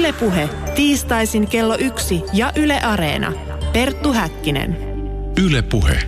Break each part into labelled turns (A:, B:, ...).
A: Yle Puhe, tiistaisin kello 1 ja Yle Areena. Perttu Häkkinen.
B: Yle Puhe.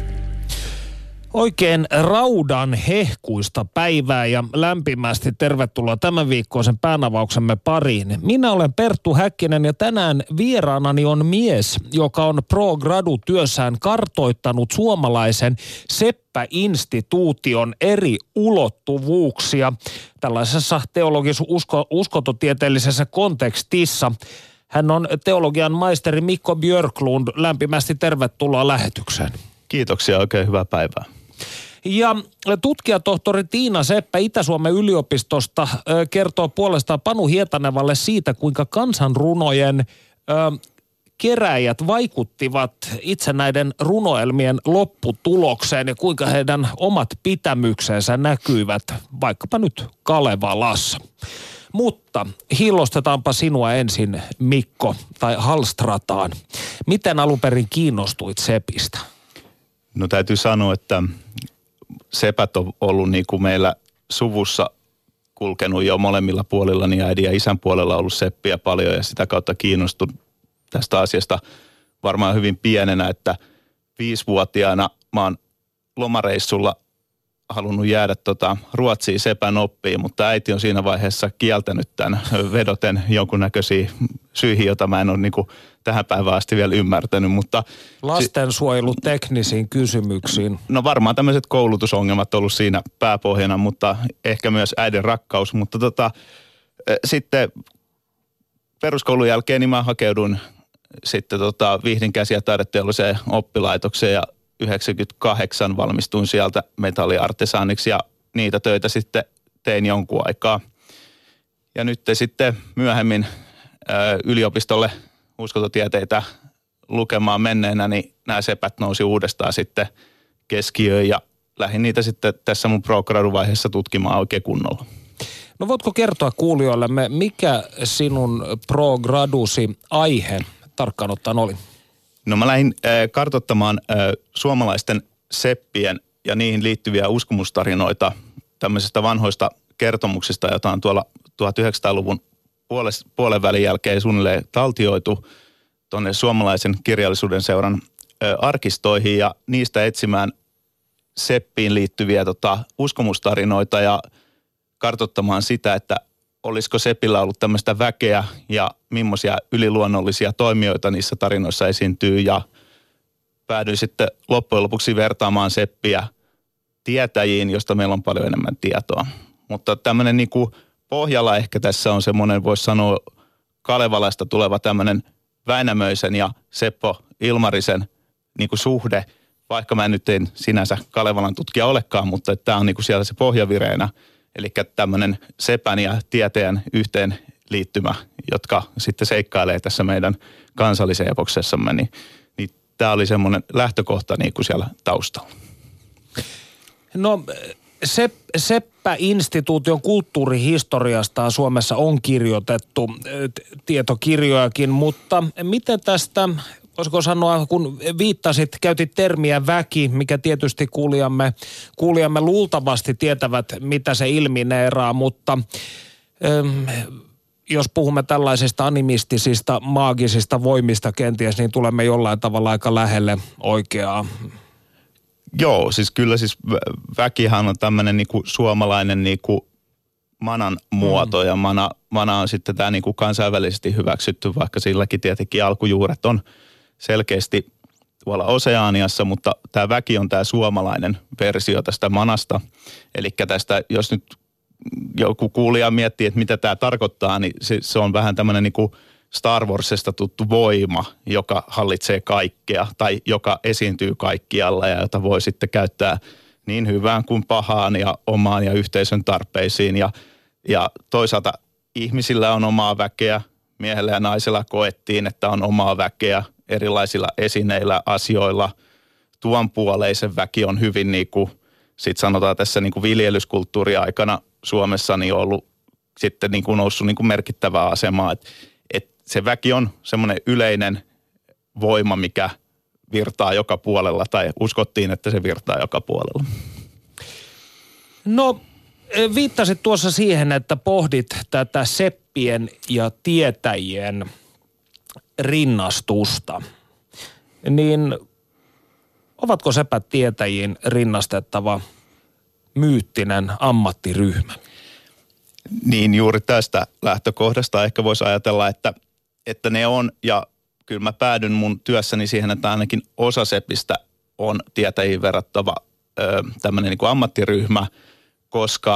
C: Oikein raudan hehkuista päivää ja lämpimästi tervetuloa tämän viikkoisen päänavauksemme pariin. Minä olen Perttu Häkkinen ja tänään vieraanani on mies, joka on pro-gradu-työssään kartoittanut suomalaisen Seppä-instituution eri ulottuvuuksia tällaisessa uskontotieteellisessä kontekstissa. Hän on teologian maisteri Mikko Björklund. Lämpimästi tervetuloa lähetykseen.
D: Kiitoksia, oikein hyvää päivää.
C: Ja tutkijatohtori Tiina Seppä Itä-Suomen yliopistosta kertoo puolestaan Panu Hietanevalle siitä, kuinka kansanrunojen keräjät vaikuttivat itse näiden runoelmien lopputulokseen ja kuinka heidän omat pitämyksensä näkyivät vaikkapa nyt Kalevalassa. Mutta hillostetaanpa sinua ensin, Mikko, tai halstrataan. Miten alun perin kiinnostuit Sepistä?
D: No täytyy sanoa, että sepät on ollut niin kuin meillä suvussa kulkenut jo molemmilla puolilla, niin äidin ja isän puolella on ollut seppiä paljon ja sitä kautta kiinnostunut tästä asiasta varmaan hyvin pienenä, että 5-vuotiaana mä oon lomareissulla halunnut jäädä Ruotsiin sepän oppiin, mutta äiti on siinä vaiheessa kieltänyt tämän vedoten jonkunnäköisiä syihin, jota mä en ole niin kuin tähän päivään asti vielä ymmärtänyt. Mutta
C: lastensuojeluteknisiin kysymyksiin.
D: No varmaan tämmöiset koulutusongelmat on ollut siinä pääpohjana, mutta ehkä myös äidin rakkaus. Mutta sitten peruskoulun jälkeen niin mä hakeudun sitten Vihdin käsi- ja taideteolliseen oppilaitokseen ja 98 valmistuin sieltä metalliartesaaniksi ja niitä töitä sitten tein jonkun aikaa. Ja nyt sitten myöhemmin yliopistolle uskontotieteitä lukemaan menneenä, niin nämä sepät nousi uudestaan sitten keskiöön ja lähdin niitä sitten tässä mun pro-gradu-vaiheessa tutkimaan oikein kunnolla.
C: No voitko kertoa kuulijoillemme, mikä sinun pro-gradusi aihe tarkkaan ottaen oli?
D: No mä lähdin kartoittamaan suomalaisten seppien ja niihin liittyviä uskomustarinoita tämmöisestä vanhoista kertomuksista, jota on tuolla 1900-luvun puolen välin jälkeen suunnilleen taltioitu tuonne suomalaisen kirjallisuuden seuran arkistoihin ja niistä etsimään seppiin liittyviä uskomustarinoita ja kartoittamaan sitä, että olisiko sepillä ollut tämmöistä väkeä ja millaisia yliluonnollisia toimijoita niissä tarinoissa esiintyy ja päädyin sitten loppujen lopuksi vertaamaan seppiä tietäjiin, josta meillä on paljon enemmän tietoa. Mutta tämmöinen niinku pohjalla ehkä tässä on semmoinen, voisi sanoa Kalevalasta tuleva tämmöinen Väinämöisen ja Seppo Ilmarisen niinku suhde, vaikka mä nyt en sinänsä Kalevalan tutkija olekaan, mutta tämä on niinku siellä se pohjavireenä. Eli tämmöinen sepän ja tieteen yhteenliittymä, jotka sitten seikkailee tässä meidän kansallisen epoksessamme, niin tämä oli semmoinen lähtökohta niin kuin siellä taustalla.
C: No Seppä-instituution kulttuurihistoriasta Suomessa on kirjoitettu tietokirjojakin, mutta miten tästä, voisiko sanoa, kun käytit termiä väki, mikä tietysti kuulijamme luultavasti tietävät, mitä se ilmineeraa, mutta jos puhumme tällaisista animistisista, maagisista voimista kenties, niin tulemme jollain tavalla aika lähelle oikeaa.
D: Joo, siis kyllä siis väkihan on tämmöinen niinku suomalainen niinku manan muoto ja mana on sitten tämä niinku kansainvälisesti hyväksytty, vaikka silläkin tietenkin alkujuuret on selkeästi tuolla Oseaniassa, mutta tämä väki on tämä suomalainen versio tästä manasta. Eli tästä, jos nyt joku kuulija miettii, että mitä tämä tarkoittaa, niin se on vähän tämmöinen niin kuin Star Warsista tuttu voima, joka hallitsee kaikkea tai joka esiintyy kaikkialla ja jota voi sitten käyttää niin hyvään kuin pahaan ja omaan ja yhteisön tarpeisiin. Ja toisaalta ihmisillä on omaa väkeä, miehellä ja naisella koettiin, että on omaa väkeä erilaisilla esineillä, asioilla. Tuonpuoleisen väki on hyvin niin kuin, sit sanotaan tässä niin kuin viljelyskulttuuriaikana Suomessa niin on ollut sitten niin kuin noussut niin kuin merkittävää asemaa, että se väki on semmoinen yleinen voima, mikä virtaa joka puolella tai uskottiin, että se virtaa joka puolella.
C: No viittasit tuossa siihen, että pohdit tätä seppien ja tietäjien rinnastusta, niin ovatko sepät tietäjiin rinnastettava myyttinen ammattiryhmä?
D: Niin juuri tästä lähtökohdasta ehkä voisi ajatella, että ne on, ja kyllä mä päädyn mun työssäni siihen, että ainakin osa sepistä on tietäjiin verrattava tämmöinen niin kuin ammattiryhmä, koska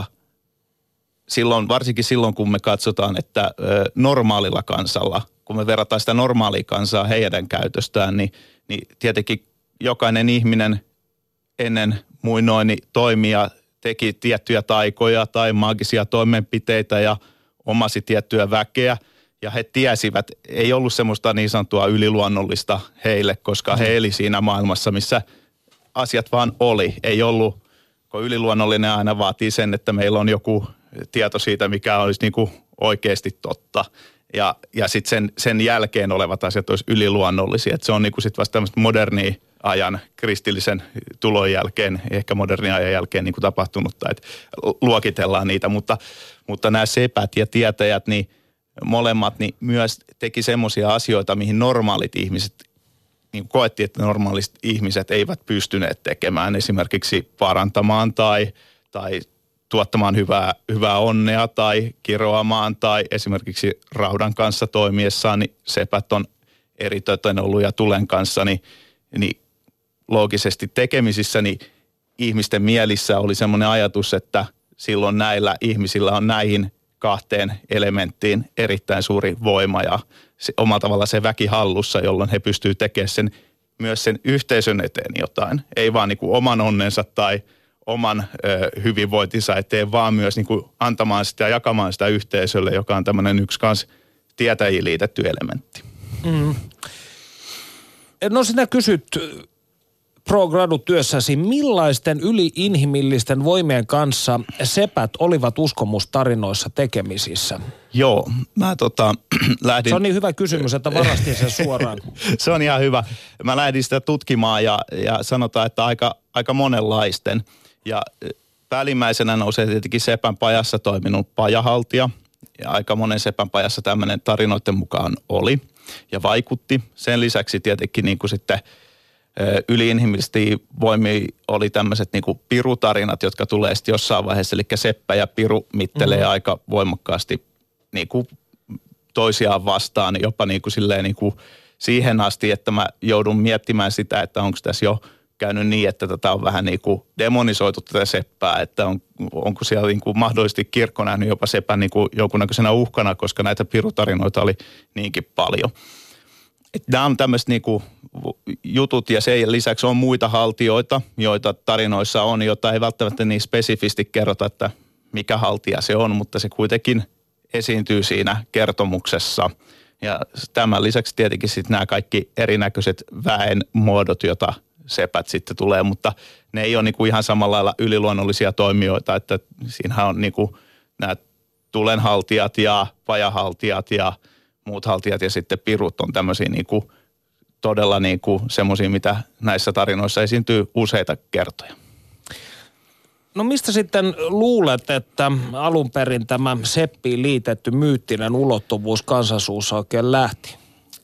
D: varsinkin silloin, kun me katsotaan, että normaalilla kansalla, kun me verrataan sitä normaalia kansaa heidän käytöstään, niin tietenkin jokainen ihminen ennen muinoin toimia teki tiettyjä taikoja tai maagisia toimenpiteitä ja omasi tiettyä väkeä. Ja he tiesivät, ei ollut semmoista niin sanottua yliluonnollista heille, koska he eli siinä maailmassa, missä asiat vaan oli. Ei ollut, kun yliluonnollinen aina vaatii sen, että meillä on joku tieto siitä, mikä olisi niin kuin oikeasti totta. Ja sitten sen jälkeen olevat asiat olisi yliluonnollisia. Että se on niin kuin sitten vasta tämmöistä modernia ajan kristillisen tulon jälkeen, ehkä modernin ajan jälkeen niin kuin tapahtunutta, että luokitellaan niitä. Mutta nämä sepät ja tietäjät, niin molemmat niin myös teki semmoisia asioita, mihin normaalit ihmiset, niin koettiin, että normaalit ihmiset eivät pystyneet tekemään. Esimerkiksi parantamaan tai tuottamaan hyvää onnea tai kiroamaan tai esimerkiksi raudan kanssa toimiessaan, niin sepät on eritöten ollut ja tulen kanssa, niin loogisesti tekemisissä, niin ihmisten mielissä oli semmoinen ajatus, että silloin näillä ihmisillä on näihin kahteen elementtiin erittäin suuri voima ja omalla tavalla se väki hallussa, jolloin he pystyvät tekemään myös sen yhteisön eteen jotain. Ei vaan niin kuin oman onnensa tai oman hyvinvointinsa eteen, vaan myös niin kuin antamaan sitä ja jakamaan sitä yhteisölle, joka on tämmöinen yksi kans tietäjiin liitetty elementti.
C: Mm. No sinä kysyt pro-gradu-työssäsi, millaisten yli-inhimillisten voimien kanssa sepät olivat uskomustarinoissa tekemisissä?
D: Joo, mä lähdin...
C: Se on niin hyvä kysymys, että varastin sen suoraan.
D: Se on ihan hyvä. Mä lähdin sitä tutkimaan ja sanotaan, että aika monenlaisten. Ja päällimmäisenä nousee tietenkin sepän pajassa toiminut pajahaltija. Ja aika monen sepän pajassa tämmöinen tarinoiden mukaan oli ja vaikutti. Sen lisäksi tietenkin niin kuin sitten yli-inhimillisesti voimia oli tämmöiset niin kuin pirutarinat, jotka tulee sitten jossain vaiheessa. Eli seppä ja piru mittelee aika voimakkaasti niin kuin toisiaan vastaan, jopa niin kuin silleen niin kuin siihen asti, että mä joudun miettimään sitä, että onko tässä jo käynyt niin, että tätä on vähän niin kuin demonisoitu tätä seppää, että onko siellä niin kuin mahdollisesti kirkko nähnyt jopa sepän niin kuin jonkunnäköisenä uhkana, koska näitä pirutarinoita oli niinkin paljon. Nämä on tämmöiset niin kuin jutut ja sen lisäksi on muita haltijoita, joita tarinoissa on, jota ei välttämättä niin spesifisti kerrota, että mikä haltija se on, mutta se kuitenkin esiintyy siinä kertomuksessa. Ja tämän lisäksi tietenkin sitten nämä kaikki erinäköiset väenmuodot, joita sepät sitten tulee, mutta ne ei ole niinku ihan samalla lailla yliluonnollisia toimijoita, että siinähän on niinku nämä tulenhaltijat ja pajahaltijat ja muut haltijat ja sitten pirut on tämmöisiä niinku todella niinku semmoisia, mitä näissä tarinoissa esiintyy useita kertoja.
C: No mistä sitten luulet, että alun perin tämä seppiin liitetty myyttinen ulottuvuus kansansuussa oikein lähti?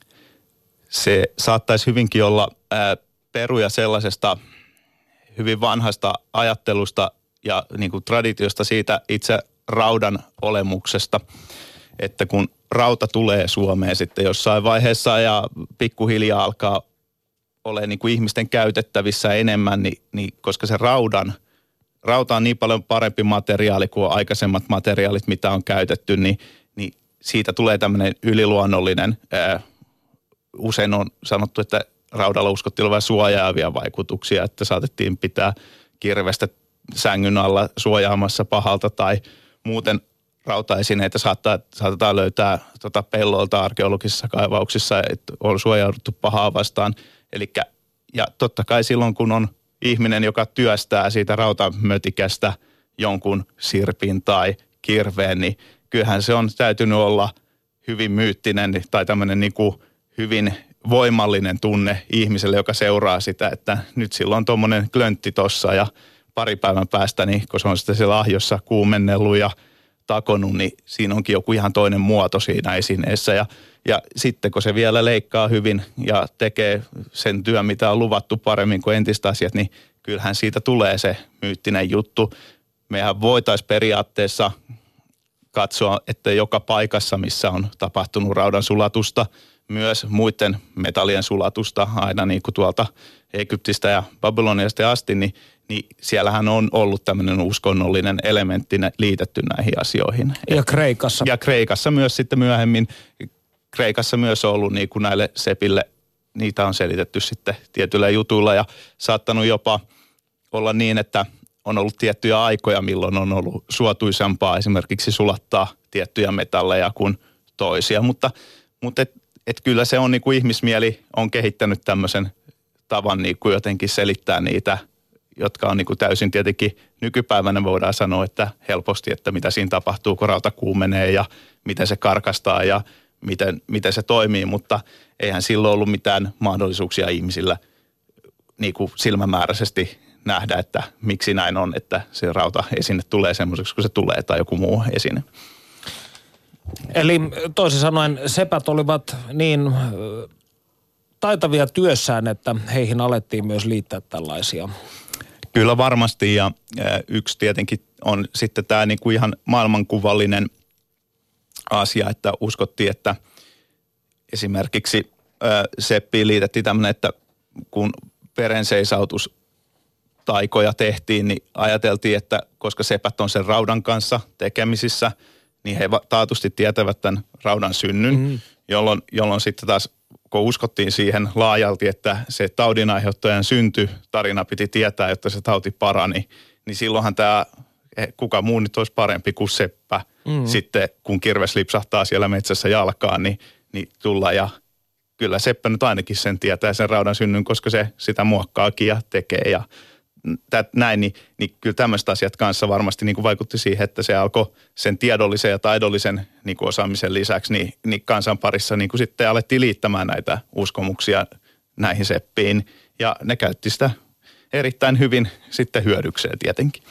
D: Se saattaisi hyvinkin olla peruja sellaisesta hyvin vanhasta ajattelusta ja niin kuin traditiosta siitä itse raudan olemuksesta, että kun rauta tulee Suomeen sitten jossain vaiheessa ja pikkuhiljaa alkaa olemaan niin kuin ihmisten käytettävissä enemmän, niin koska se rauta on niin paljon parempi materiaali kuin aikaisemmat materiaalit, mitä on käytetty, niin siitä tulee tämmöinen yliluonnollinen, usein on sanottu, että raudalla uskottiin olevan suojaavia vaikutuksia, että saatettiin pitää kirvestä sängyn alla suojaamassa pahalta tai muuten rautaesineitä saatetaan löytää pellolta arkeologisissa kaivauksissa, että on suojauduttu pahaa vastaan. Elikkä, ja totta kai silloin, kun on ihminen, joka työstää siitä rautamötikästä jonkun sirpin tai kirveen, niin kyllähän se on täytynyt olla hyvin myyttinen tai tämmöinen niin kuin hyvin voimallinen tunne ihmiselle, joka seuraa sitä, että nyt sillä on tuommoinen klöntti tossa ja pari päivän päästä, niin kun se on sitten siellä ahjossa kuumennellut ja takonut, niin siinä onkin joku ihan toinen muoto siinä esineessä. Ja sitten kun se vielä leikkaa hyvin ja tekee sen työn, mitä on luvattu paremmin kuin entistä asiat, niin kyllähän siitä tulee se myyttinen juttu. Mehän voitaisiin periaatteessa katsoa, että joka paikassa, missä on tapahtunut raudan sulatusta, myös muiden metallien sulatusta, aina niin kuin tuolta Egyptistä ja Babyloniasta asti, niin siellähän on ollut tämmöinen uskonnollinen elementti liitetty näihin asioihin.
C: Ja Kreikassa.
D: Ja Kreikassa myös sitten myöhemmin. Kreikassa myös on ollut niin kuin näille sepille, niitä on selitetty sitten tietyillä jutuilla ja saattanut jopa olla niin, että on ollut tiettyjä aikoja, milloin on ollut suotuisampaa esimerkiksi sulattaa tiettyjä metalleja kuin toisia, mutta et kyllä se on niin kuin ihmismieli on kehittänyt tämmöisen tavan niin kuin jotenkin selittää niitä, jotka on niin kuin täysin tietenkin nykypäivänä voidaan sanoa, että helposti, että mitä siinä tapahtuu, kun rauta kuumenee ja miten se karkastaa ja miten se toimii, mutta eihän silloin ollut mitään mahdollisuuksia ihmisillä niin kuin silmämääräisesti nähdä, että miksi näin on, että se rautaesine tulee semmoiseksi, kun se tulee tai joku muu esine.
C: Eli toisin sanoen sepät olivat niin taitavia työssään, että heihin alettiin myös liittää tällaisia.
D: Kyllä varmasti ja yksi tietenkin on sitten tämä niinku ihan maailmankuvallinen asia, että uskottiin, että esimerkiksi seppiin liitettiin tämmöinen, että kun verenseisautustaikoja tehtiin, niin ajateltiin, että koska sepät on sen raudan kanssa tekemisissä, niin he taatusti tietävät tämän raudan synnyn, jolloin sitten taas kun uskottiin siihen laajalti, että se taudinaiheuttajan tarina piti tietää, jotta se tauti parani, niin silloinhan tämä, kuka muu nyt olisi parempi kuin seppä. Sitten kun kirves lipsahtaa siellä metsässä jalkaan, niin tulla ja kyllä seppä nyt ainakin sen tietää sen raudan synnyn, koska se sitä muokkaakin ja tekee ja näin, niin kyllä tämmöiset asiat kanssa varmasti niin kuin vaikutti siihen, että se alkoi sen tiedollisen ja taidollisen niin kuin osaamisen lisäksi, niin kansan parissa niin kuin sitten alettiin liittämään näitä uskomuksia näihin seppiin ja ne käytti sitä erittäin hyvin sitten hyödykseen tietenkin.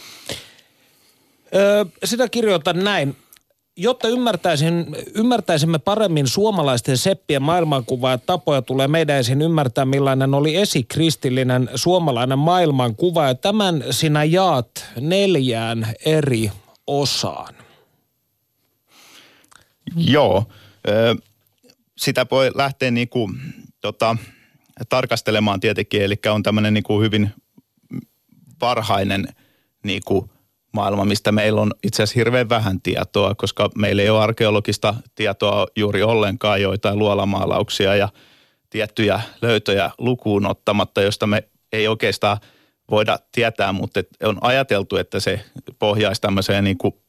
C: Sitä kirjoitan näin. Jotta ymmärtäisimme paremmin suomalaisten seppien maailmankuvaa ja tapoja, tulee meidän ensin ymmärtää, millainen oli esikristillinen suomalainen maailmankuva. Ja tämän sinä jaat 4 eri osaan.
D: Joo. Sitä voi lähteä niinku, tarkastelemaan tietenkin, eli on tämmöinen niinku hyvin varhainen niinku maailma, mistä meillä on itse asiassa hirveän vähän tietoa, koska meillä ei ole arkeologista tietoa juuri ollenkaan, joitain luolamaalauksia ja tiettyjä löytöjä lukuun ottamatta, josta me ei oikeastaan voida tietää, mutta on ajateltu, että se pohjaisi tämmöiseen niin kuin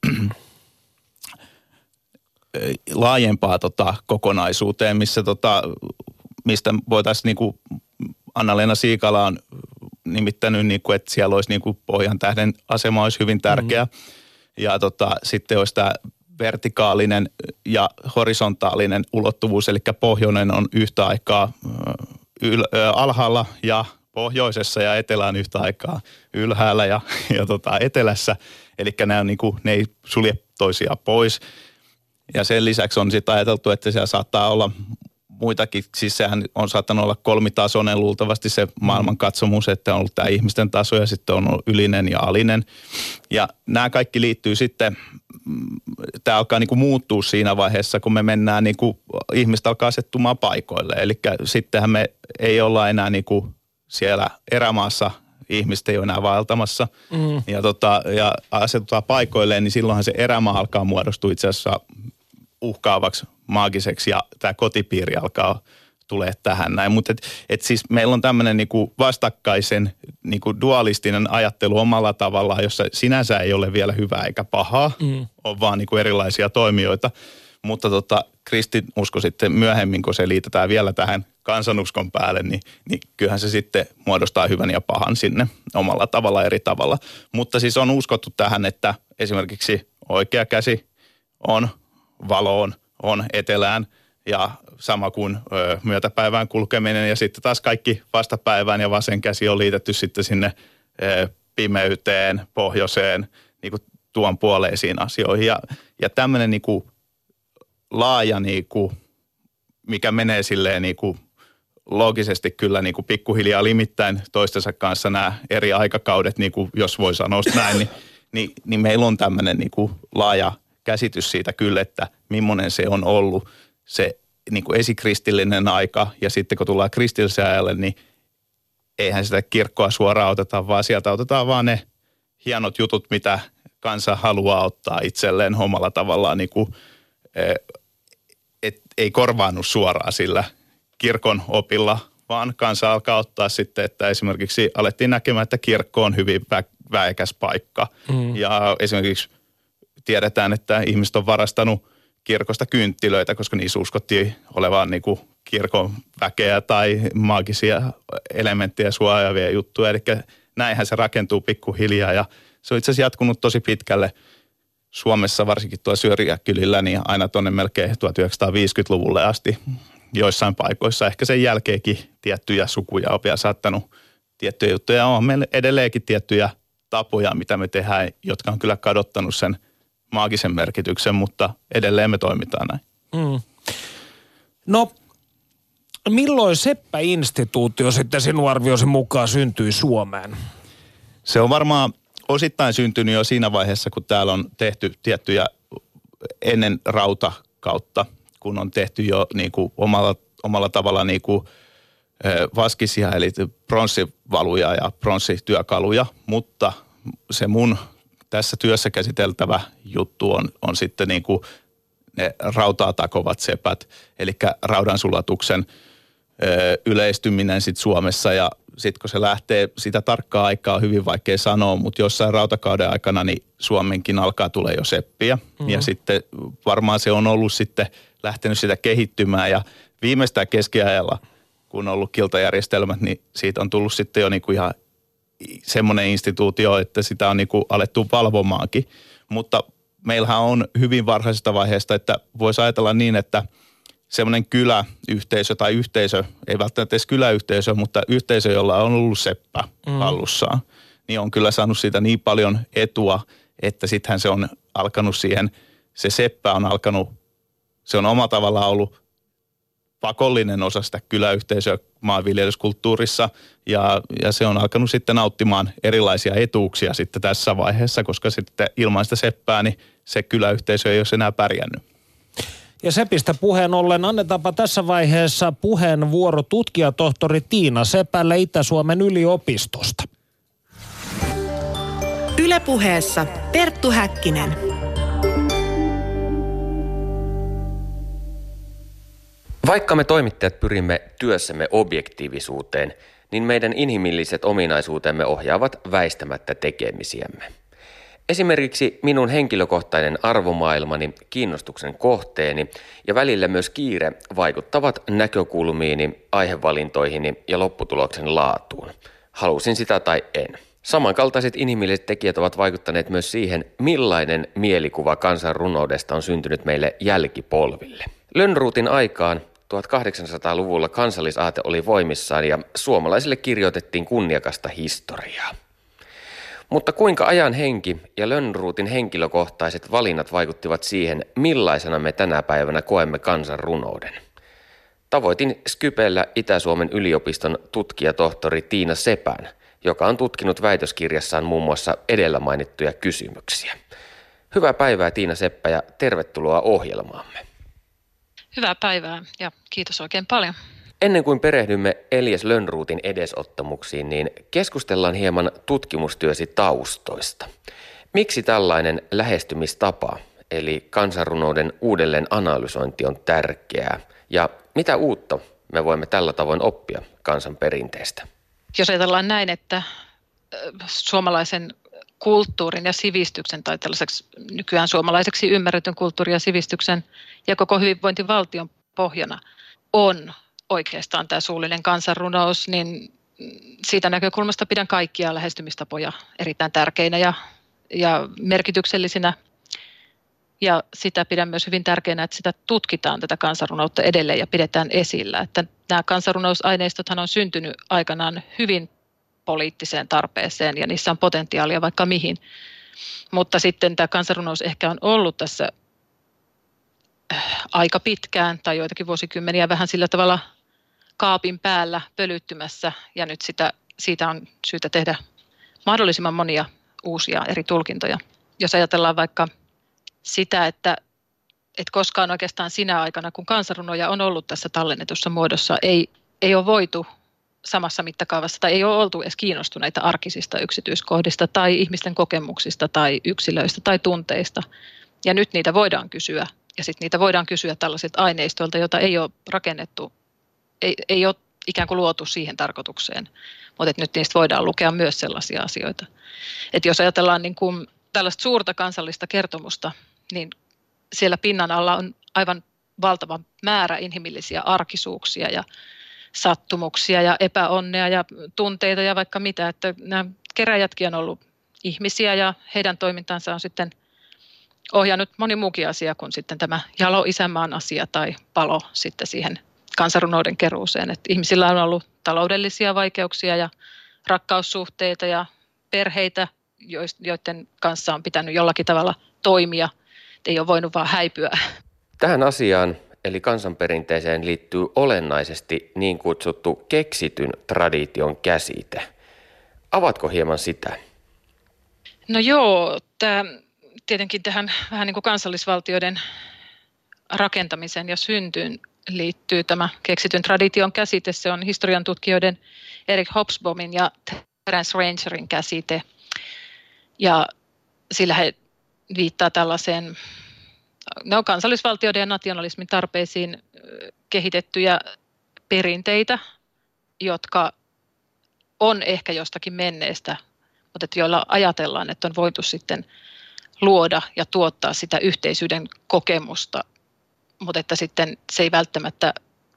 D: laajempaa kokonaisuuteen, mistä voitaisiin niin kuin Anna-Leena Siikala on nimittänyt, niin kuin, että siellä olisi niin kuin Pohjan tähden asema olisi hyvin tärkeä. Ja sitten olisi tämä vertikaalinen ja horisontaalinen ulottuvuus, eli pohjoinen on yhtä aikaa alhaalla ja pohjoisessa ja etelä on yhtä aikaa ylhäällä ja etelässä. Eli ne ei sulje toisiaan pois. Ja sen lisäksi on sitten ajateltu, että siellä saattaa olla muitakin, siis sehän on saattanut olla kolmitasoinen luultavasti se maailmankatsomus, että on ollut tämä ihmisten taso ja sitten on ollut ylinen ja alinen. Ja nämä kaikki liittyy sitten, tämä alkaa niinku muuttua siinä vaiheessa, kun me mennään niinku, ihmiset alkaa asettumaan paikoille. Eli sittenhän me ei olla enää niinku siellä erämaassa, ihmiset ei ole enää vaeltamassa ja asetutaan paikoilleen, niin silloinhan se erämaa alkaa muodostua itse asiassa uhkaavaksi, maagiseksi ja tämä kotipiiri alkaa tulee tähän näin. Mutta siis meillä on tämmöinen niinku vastakkaisen niinku dualistinen ajattelu omalla tavallaan, jossa sinänsä ei ole vielä hyvää eikä pahaa, on vaan niinku erilaisia toimijoita. Mutta kristinusko sitten myöhemmin, kun se liitetään vielä tähän kansanuskon päälle, niin kyllähän se sitten muodostaa hyvän ja pahan sinne omalla tavalla eri tavalla. Mutta siis on uskottu tähän, että esimerkiksi oikea käsi on valoon, on etelään ja sama kuin myötäpäivään kulkeminen ja sitten taas kaikki vastapäivään ja vasen käsi on liitetty sitten sinne pimeyteen, pohjoiseen, niin kuin tuon puoleisiin asioihin. Ja tämmöinen niin kuin laaja, niin kuin, mikä menee silleen niin kuin loogisesti kyllä niin kuin pikkuhiljaa limittäin toistensa kanssa nämä eri aikakaudet, niin kuin jos voi sanoa näin, niin meillä on tämmöinen niin kuin laaja käsitys siitä kyllä, että millainen se on ollut se niin kuin esikristillinen aika. Ja sitten kun tullaan kristilliseen ajalle, niin eihän sitä kirkkoa suoraan oteta, vaan sieltä otetaan vaan ne hienot jutut, mitä kansa haluaa ottaa itselleen omalla tavallaan, niin kuin, ei korvaannut suoraan sillä kirkon opilla, vaan kansa alkaa ottaa sitten, että esimerkiksi alettiin näkemään, että kirkko on hyvin väekäs paikka. Ja esimerkiksi tiedetään, että ihmiset on varastanut kirkosta kynttilöitä, koska niissä uskottiin olevan niin kuin kirkon väkeä tai maagisia elementtejä suojaavia juttuja. Eli näinhän se rakentuu pikkuhiljaa ja se on itse asiassa jatkunut tosi pitkälle Suomessa, varsinkin tuolla syrjäkylillä, niin aina tuonne melkein 1950-luvulle asti joissain paikoissa. Ehkä sen jälkeenkin tiettyjä sukuja on vielä saattanut tiettyjä juttuja. On meillä edelleenkin tiettyjä tapoja, mitä me tehdään, jotka on kyllä kadottanut sen maagisen merkityksen, mutta edelleen me toimitaan näin.
C: No, milloin Seppä-instituutio sitten sinun arvioisi mukaan syntyi Suomeen?
D: Se on varmaan osittain syntynyt jo siinä vaiheessa, kun täällä on tehty tiettyjä ennen rautakautta, kun on tehty jo niin kuin omalla tavalla niin kuin vaskisia, eli pronssivaluja ja pronssityökaluja, mutta se mun tässä työssä käsiteltävä juttu on sitten niin kuin ne rautaa takovat sepät, eli raudansulatuksen yleistyminen sitten Suomessa ja sitten kun se lähtee, sitä tarkkaa aikaa on hyvin vaikea sanoa, mutta jossain rautakauden aikana niin Suomenkin alkaa tulla jo seppiä. Ja sitten varmaan se on ollut sitten lähtenyt sitä kehittymään ja viimeistään keskiajalla, kun on ollut kiltajärjestelmät, niin siitä on tullut sitten jo niinku ihan semmoinen instituutio, että sitä on niinku alettu valvomaankin. Mutta meillähän on hyvin varhaisesta vaiheesta, että voisi ajatella niin, että semmoinen kyläyhteisö tai yhteisö, ei välttämättä edes kyläyhteisö, mutta yhteisö, jolla on ollut seppä hallussaan, niin on kyllä saanut siitä niin paljon etua, että sittenhän se on alkanut siihen, se seppä on alkanut, se on omalla tavallaan ollut pakollinen osa sitä kyläyhteisöä maanviljelyskulttuurissa ja se on alkanut sitten nauttimaan erilaisia etuuksia sitten tässä vaiheessa, koska sitten ilman sitä seppää, niin se kyläyhteisö ei ole enää pärjännyt.
C: Ja sepistä puheen ollen annetaanpa tässä vaiheessa puheenvuoro tutkijatohtori Tiina Sepälle Itä-Suomen yliopistosta.
A: Yle Puheessa Perttu Häkkinen.
B: Vaikka me toimittajat pyrimme työssämme objektiivisuuteen, niin meidän inhimilliset ominaisuutemme ohjaavat väistämättä tekemisiämme. Esimerkiksi minun henkilökohtainen arvomaailmani, kiinnostuksen kohteeni ja välillä myös kiire vaikuttavat näkökulmiini, aihevalintoihini ja lopputuloksen laatuun. Halusin sitä tai en. Samankaltaiset inhimilliset tekijät ovat vaikuttaneet myös siihen, millainen mielikuva kansan runoudesta on syntynyt meille jälkipolville. Lönnrotin aikaan 1800-luvulla kansallisaate oli voimissaan ja suomalaisille kirjoitettiin kunniakasta historiaa. Mutta kuinka ajan henki ja Lönnrotin henkilökohtaiset valinnat vaikuttivat siihen, millaisena me tänä päivänä koemme kansan runouden? Tavoitin Skypellä Itä-Suomen yliopiston tutkijatohtori Tiina Sepän, joka on tutkinut väitöskirjassaan muun muassa edellä mainittuja kysymyksiä. Hyvää päivää Tiina Seppä ja tervetuloa ohjelmaamme.
E: Hyvää päivää ja kiitos oikein paljon.
B: Ennen kuin perehdymme Elias Lönnrotin edesottamuksiin, niin keskustellaan hieman tutkimustyösi taustoista. Miksi tällainen lähestymistapa, eli kansanrunouden uudelleen analysointi on tärkeää? Ja mitä uutta me voimme tällä tavoin oppia kansan perinteestä?
E: Jos ajatellaan näin, että suomalaisen kulttuurin ja sivistyksen tai tällaiseksi nykyään suomalaiseksi ymmärretyn kulttuurin ja sivistyksen ja koko hyvinvointivaltion pohjana on oikeastaan tämä suullinen kansanrunous, niin siitä näkökulmasta pidän kaikkia lähestymistapoja erittäin tärkeinä ja merkityksellisinä. Ja sitä pidän myös hyvin tärkeänä, että sitä tutkitaan tätä kansanrunoutta edelleen ja pidetään esillä. Että nämä kansanrunousaineistothan on syntynyt aikanaan hyvin poliittiseen tarpeeseen ja niissä on potentiaalia vaikka mihin. Mutta sitten tämä kansanrunous ehkä on ollut tässä aika pitkään tai joitakin vuosikymmeniä vähän sillä tavalla kaapin päällä pölyttymässä ja nyt siitä on syytä tehdä mahdollisimman monia uusia eri tulkintoja. Jos ajatellaan vaikka sitä, että koskaan oikeastaan sinä aikana, kun kansanrunoja on ollut tässä tallennetussa muodossa, ei ole voitu samassa mittakaavassa tai ei ole oltu edes kiinnostuneita arkisista yksityiskohdista tai ihmisten kokemuksista tai yksilöistä tai tunteista. Ja nyt niitä voidaan kysyä ja sitten niitä voidaan kysyä tällaisilta aineistoilta, joita ei ole rakennettu, ei ole ikään kuin luotu siihen tarkoitukseen, mutta nyt niistä voidaan lukea myös sellaisia asioita. Että jos ajatellaan niin kuin tällaista suurta kansallista kertomusta, niin siellä pinnan alla on aivan valtava määrä inhimillisiä arkisuuksia ja sattumuksia ja epäonnea ja tunteita ja vaikka mitä. Että nämä keräjätkin on ollut ihmisiä ja heidän toimintansa on sitten ohjannut moni muukin asia kuin sitten tämä jalo isänmaan asia tai palo sitten siihen kansanrunouden keruuseen. Että ihmisillä on ollut taloudellisia vaikeuksia ja rakkaussuhteita ja perheitä, joiden kanssa on pitänyt jollakin tavalla toimia. Ei ole voinut vaan häipyä.
B: Tähän asiaan, eli kansanperinteeseen, liittyy olennaisesti niin kutsuttu keksityn tradition käsite. Avatko hieman sitä?
E: No joo, tietenkin tähän vähän niin kuin kansallisvaltioiden rakentamiseen ja syntyyn liittyy tämä keksityn tradition käsite. Se on historian tutkijoiden Eric Hobsbawmin ja Terence Rangerin käsite. Ja sillä he viittaa tällaiseen kansallisvaltioiden ja nationalismin tarpeisiin kehitettyjä perinteitä, jotka on ehkä jostakin menneestä, mutta joilla ajatellaan, että on voitu sitten luoda ja tuottaa sitä yhteisyyden kokemusta, mutta että sitten se ei välttämättä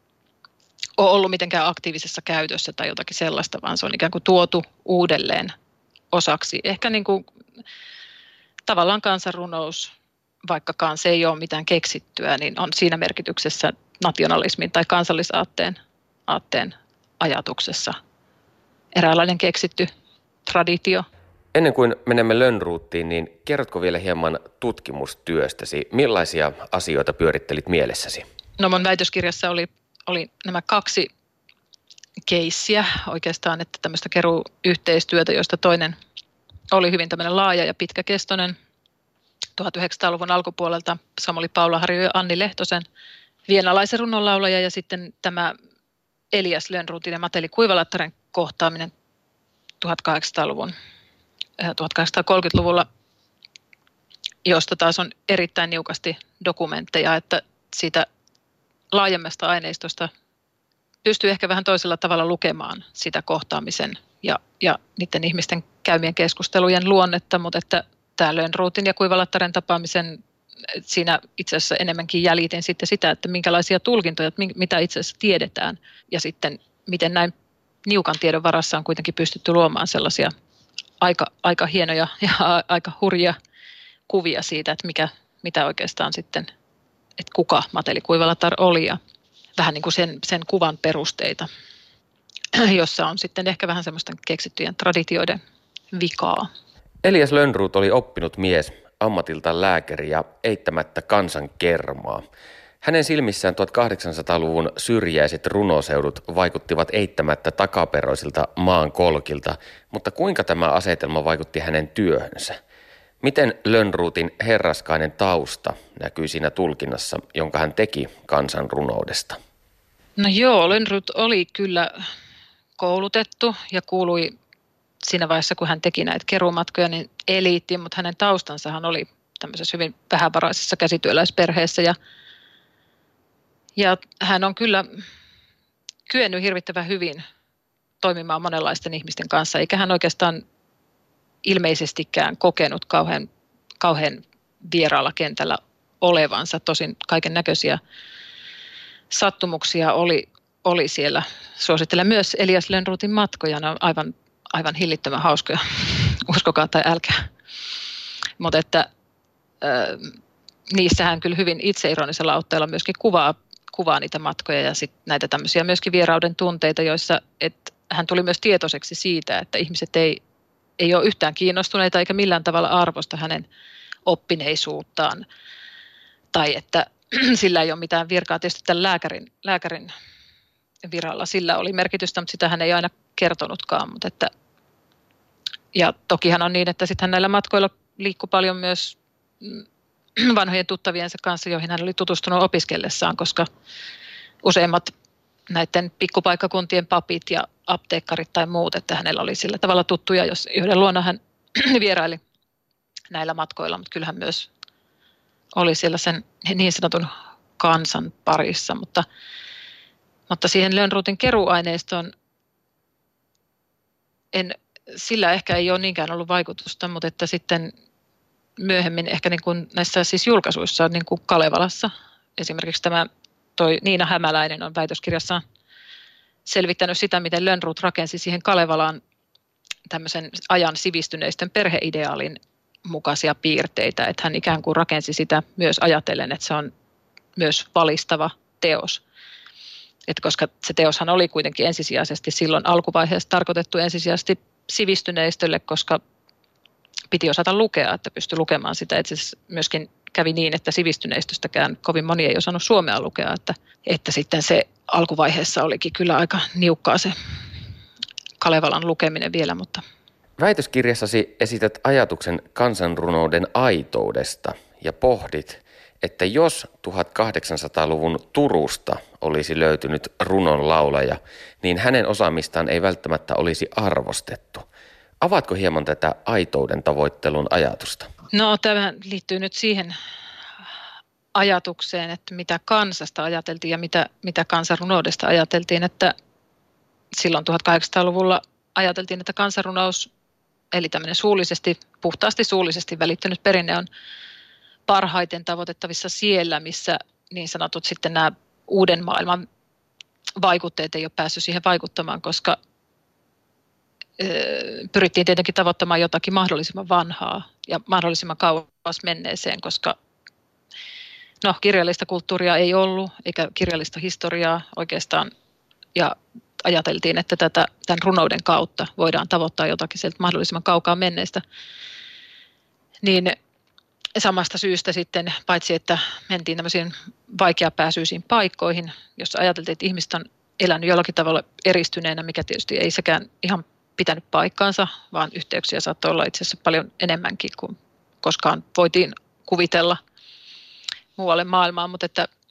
E: ole ollut mitenkään aktiivisessa käytössä tai jotakin sellaista, vaan se on ikään kuin tuotu uudelleen osaksi. Ehkä niin kuin tavallaan kansanrunous, vaikkakaan se ei ole mitään keksittyä, niin on siinä merkityksessä nationalismin tai kansallisaatteen ajatuksessa eräänlainen keksitty traditio. Ennen kuin menemme Lönnroothiin, niin kerrotko vielä hieman tutkimustyöstäsi? Millaisia asioita pyörittelit mielessäsi? No mun väitöskirjassa oli nämä 2 keissiä oikeastaan, että tämmöistä keruyhteistyötä, joista toinen oli hyvin tämmöinen laaja ja pitkäkestoinen 1900-luvun alkupuolelta Samuli Paulaharju ja Anni Lehtosen vienalaisen runonlaulaja ja sitten tämä Elias Lönnroothin ja Mateli Kuivalattaren kohtaaminen 1830-luvulla, josta taas on erittäin niukasti dokumentteja, että siitä laajemmasta aineistosta pystyy ehkä vähän toisella tavalla lukemaan sitä kohtaamisen ja niiden ihmisten käymien keskustelujen luonnetta, mutta että tämä Lönnroothin ja Kuivalattaren tapaamisen, siinä itse asiassa enemmänkin jäljitin sitten sitä, että minkälaisia tulkintoja, mitä itse asiassa tiedetään ja sitten miten näin niukan tiedon varassa on kuitenkin pystytty luomaan sellaisia aika hienoja ja aika hurjia kuvia siitä, että mitä oikeastaan sitten, että kuka Mateli Kuivalattar oli ja vähän niin kuin sen kuvan perusteita, jossa on sitten ehkä vähän semmoisten keksittyjen traditioiden vikaa. Elias Lönnrooth oli oppinut mies, ammatiltaan lääkäri ja eittämättä kansankermaa. Hänen silmissään 1800-luvun syrjäiset runoseudut vaikuttivat eittämättä takaperoisilta maankolkilta, mutta kuinka tämä asetelma vaikutti hänen työhönsä? Miten Lönnroothin herraskainen tausta näkyy siinä tulkinnassa, jonka hän teki kansanrunoudesta? No joo, Lönnroth oli kyllä koulutettu ja kuului siinä vaiheessa, kun hän teki näitä keruumatkoja, niin eliittiin, mutta hänen taustansahan oli tämmöisessä hyvin vähävaraisessa käsityöläisperheessä ja hän on kyllä kyennyt hirvittävän hyvin toimimaan monenlaisten ihmisten kanssa, eikä hän oikeastaan ilmeisestikään kokenut kauhean vieraalla kentällä olevansa. Tosin kaiken näköisiä sattumuksia oli siellä. Suosittelen myös Elias Lönnroothin matkoja, ne on aivan hillittömän hauskoja, uskokaa tai älkää. Mutta että niissä hän kyllä hyvin itseironisella otteella myöskin kuvaa niitä matkoja ja sitten näitä tämmöisiä myöskin vierauden tunteita, joissa hän tuli myös tietoiseksi siitä, että ihmiset ei ole yhtään kiinnostuneita eikä millään tavalla arvosta hänen oppineisuuttaan. Tai että sillä ei ole mitään virkaa. Tietysti tämän lääkärin viralla sillä oli merkitystä, mutta sitä hän ei aina kertonutkaan. Ja tokihan on niin, että sitten hän näillä matkoilla liikkui paljon myös vanhojen tuttaviensa kanssa, joihin hän oli tutustunut opiskellessaan, koska useimmat näiden pikkupaikkakuntien papit ja apteekkarit tai muut, että hänellä oli sillä tavalla tuttuja, jos yhden luona hän vieraili näillä matkoilla, mutta kyllähän myös oli siellä sen niin sanotun kansan parissa, mutta siihen Lönnrotin keruuaineistoon sillä ehkä ei ole niinkään ollut vaikutusta, mutta että sitten myöhemmin ehkä niin kuin näissä siis julkaisuissa niin kuin Kalevalassa, esimerkiksi toi Niina Hämäläinen on väitöskirjassaan selvittänyt sitä, miten Lönnrot rakensi siihen Kalevalaan tämmöisen ajan sivistyneistön perheideaalin mukaisia piirteitä, että hän ikään kuin rakensi sitä myös ajatellen, että se on myös valistava teos. Että koska se teoshan oli kuitenkin ensisijaisesti silloin alkuvaiheessa tarkoitettu ensisijaisesti sivistyneistölle, koska piti osata lukea, että pystyi lukemaan sitä. Itse asiassa myöskin kävi niin, että sivistyneistöstäkään kovin moni ei osannut suomea lukea, että sitten se alkuvaiheessa olikin kyllä aika niukkaa se Kalevalan lukeminen vielä, mutta
B: Väitöskirjassasi esität ajatuksen kansanrunouden aitoudesta ja pohdit, että jos 1800-luvun Turusta olisi löytynyt runon laulaja, niin hänen osaamistaan ei välttämättä olisi arvostettu. Avaatko hieman tätä aitouden tavoittelun ajatusta?
E: No tämä liittyy nyt siihen ajatukseen, että mitä kansasta ajateltiin ja mitä kansanrunoudesta ajateltiin, että silloin 1800-luvulla ajateltiin, että kansanrunous, eli tämmöinen puhtaasti suullisesti välittynyt perinne on parhaiten tavoitettavissa siellä, missä niin sanotut sitten nämä uuden maailman vaikutteet ei ole päässyt siihen vaikuttamaan, koska pyrittiin tietenkin tavoittamaan jotakin mahdollisimman vanhaa ja mahdollisimman kauas menneeseen, koska kirjallista kulttuuria ei ollut eikä kirjallista historiaa oikeastaan ja ajateltiin, että tämän runouden kautta voidaan tavoittaa jotakin sieltä mahdollisimman kaukaa menneestä. Niin samasta syystä sitten, paitsi että mentiin tämmöisiin vaikeapääsyisiin paikkoihin, jossa ajateltiin, että ihmiset on elänyt jollakin tavalla eristyneenä, mikä tietysti ei sekään ihan pitänyt paikkaansa, vaan yhteyksiä saattoi olla itse asiassa paljon enemmänkin kuin koskaan voitiin kuvitella muualle maailmaan, mutta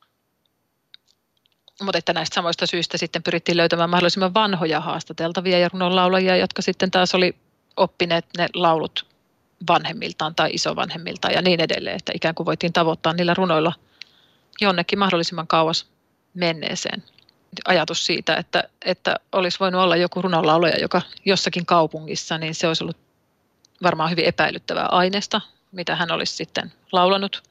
E: että näistä samoista syistä sitten pyrittiin löytämään mahdollisimman vanhoja haastateltavia ja runonlaulajia, jotka sitten taas oli oppineet ne laulut vanhemmiltaan tai isovanhemmiltaan ja niin edelleen, että ikään kuin voitiin tavoittaa niillä runoilla jonnekin mahdollisimman kauas menneeseen. Ajatus siitä, että olisi voinut olla joku runonlaulaja, joka jossakin kaupungissa, niin se olisi ollut varmaan hyvin epäilyttävää aineesta, mitä hän olisi sitten laulanut.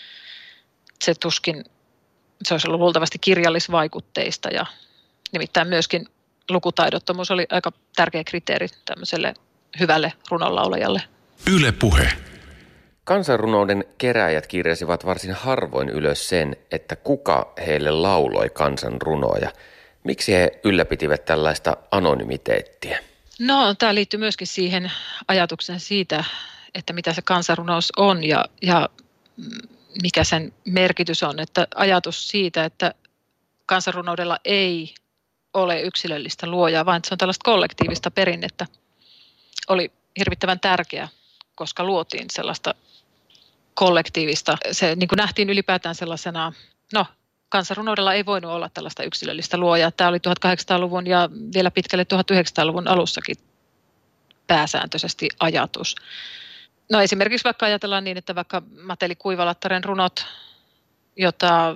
E: Se olisi ollut luultavasti kirjallisvaikutteista ja nimittäin myöskin lukutaidottomuus oli aika tärkeä kriteeri tämmöiselle hyvälle runonlaulajalle.
F: Yle Puhe.
B: Kansanrunouden kerääjät kirjasivat varsin harvoin ylös sen, että kuka heille lauloi kansanrunoja. Miksi he ylläpitivät tällaista anonymiteettiä?
E: No, tämä liittyy myöskin siihen ajatukseen siitä, että mitä se kansanrunous on ja mikä sen merkitys on. Että ajatus siitä, että kansanrunoudella ei ole yksilöllistä luojaa, vaan se on tällaista kollektiivista perinnettä, oli hirvittävän tärkeä, koska luotiin sellaista kollektiivista. Se niin kuin nähtiin ylipäätään sellaisena, kansanrunoudella ei voinut olla tällaista yksilöllistä luojaa. Tämä oli 1800-luvun ja vielä pitkälle 1900-luvun alussakin pääsääntöisesti ajatus. No esimerkiksi vaikka ajatellaan niin, että vaikka Mateli Kuivalattaren runot, jota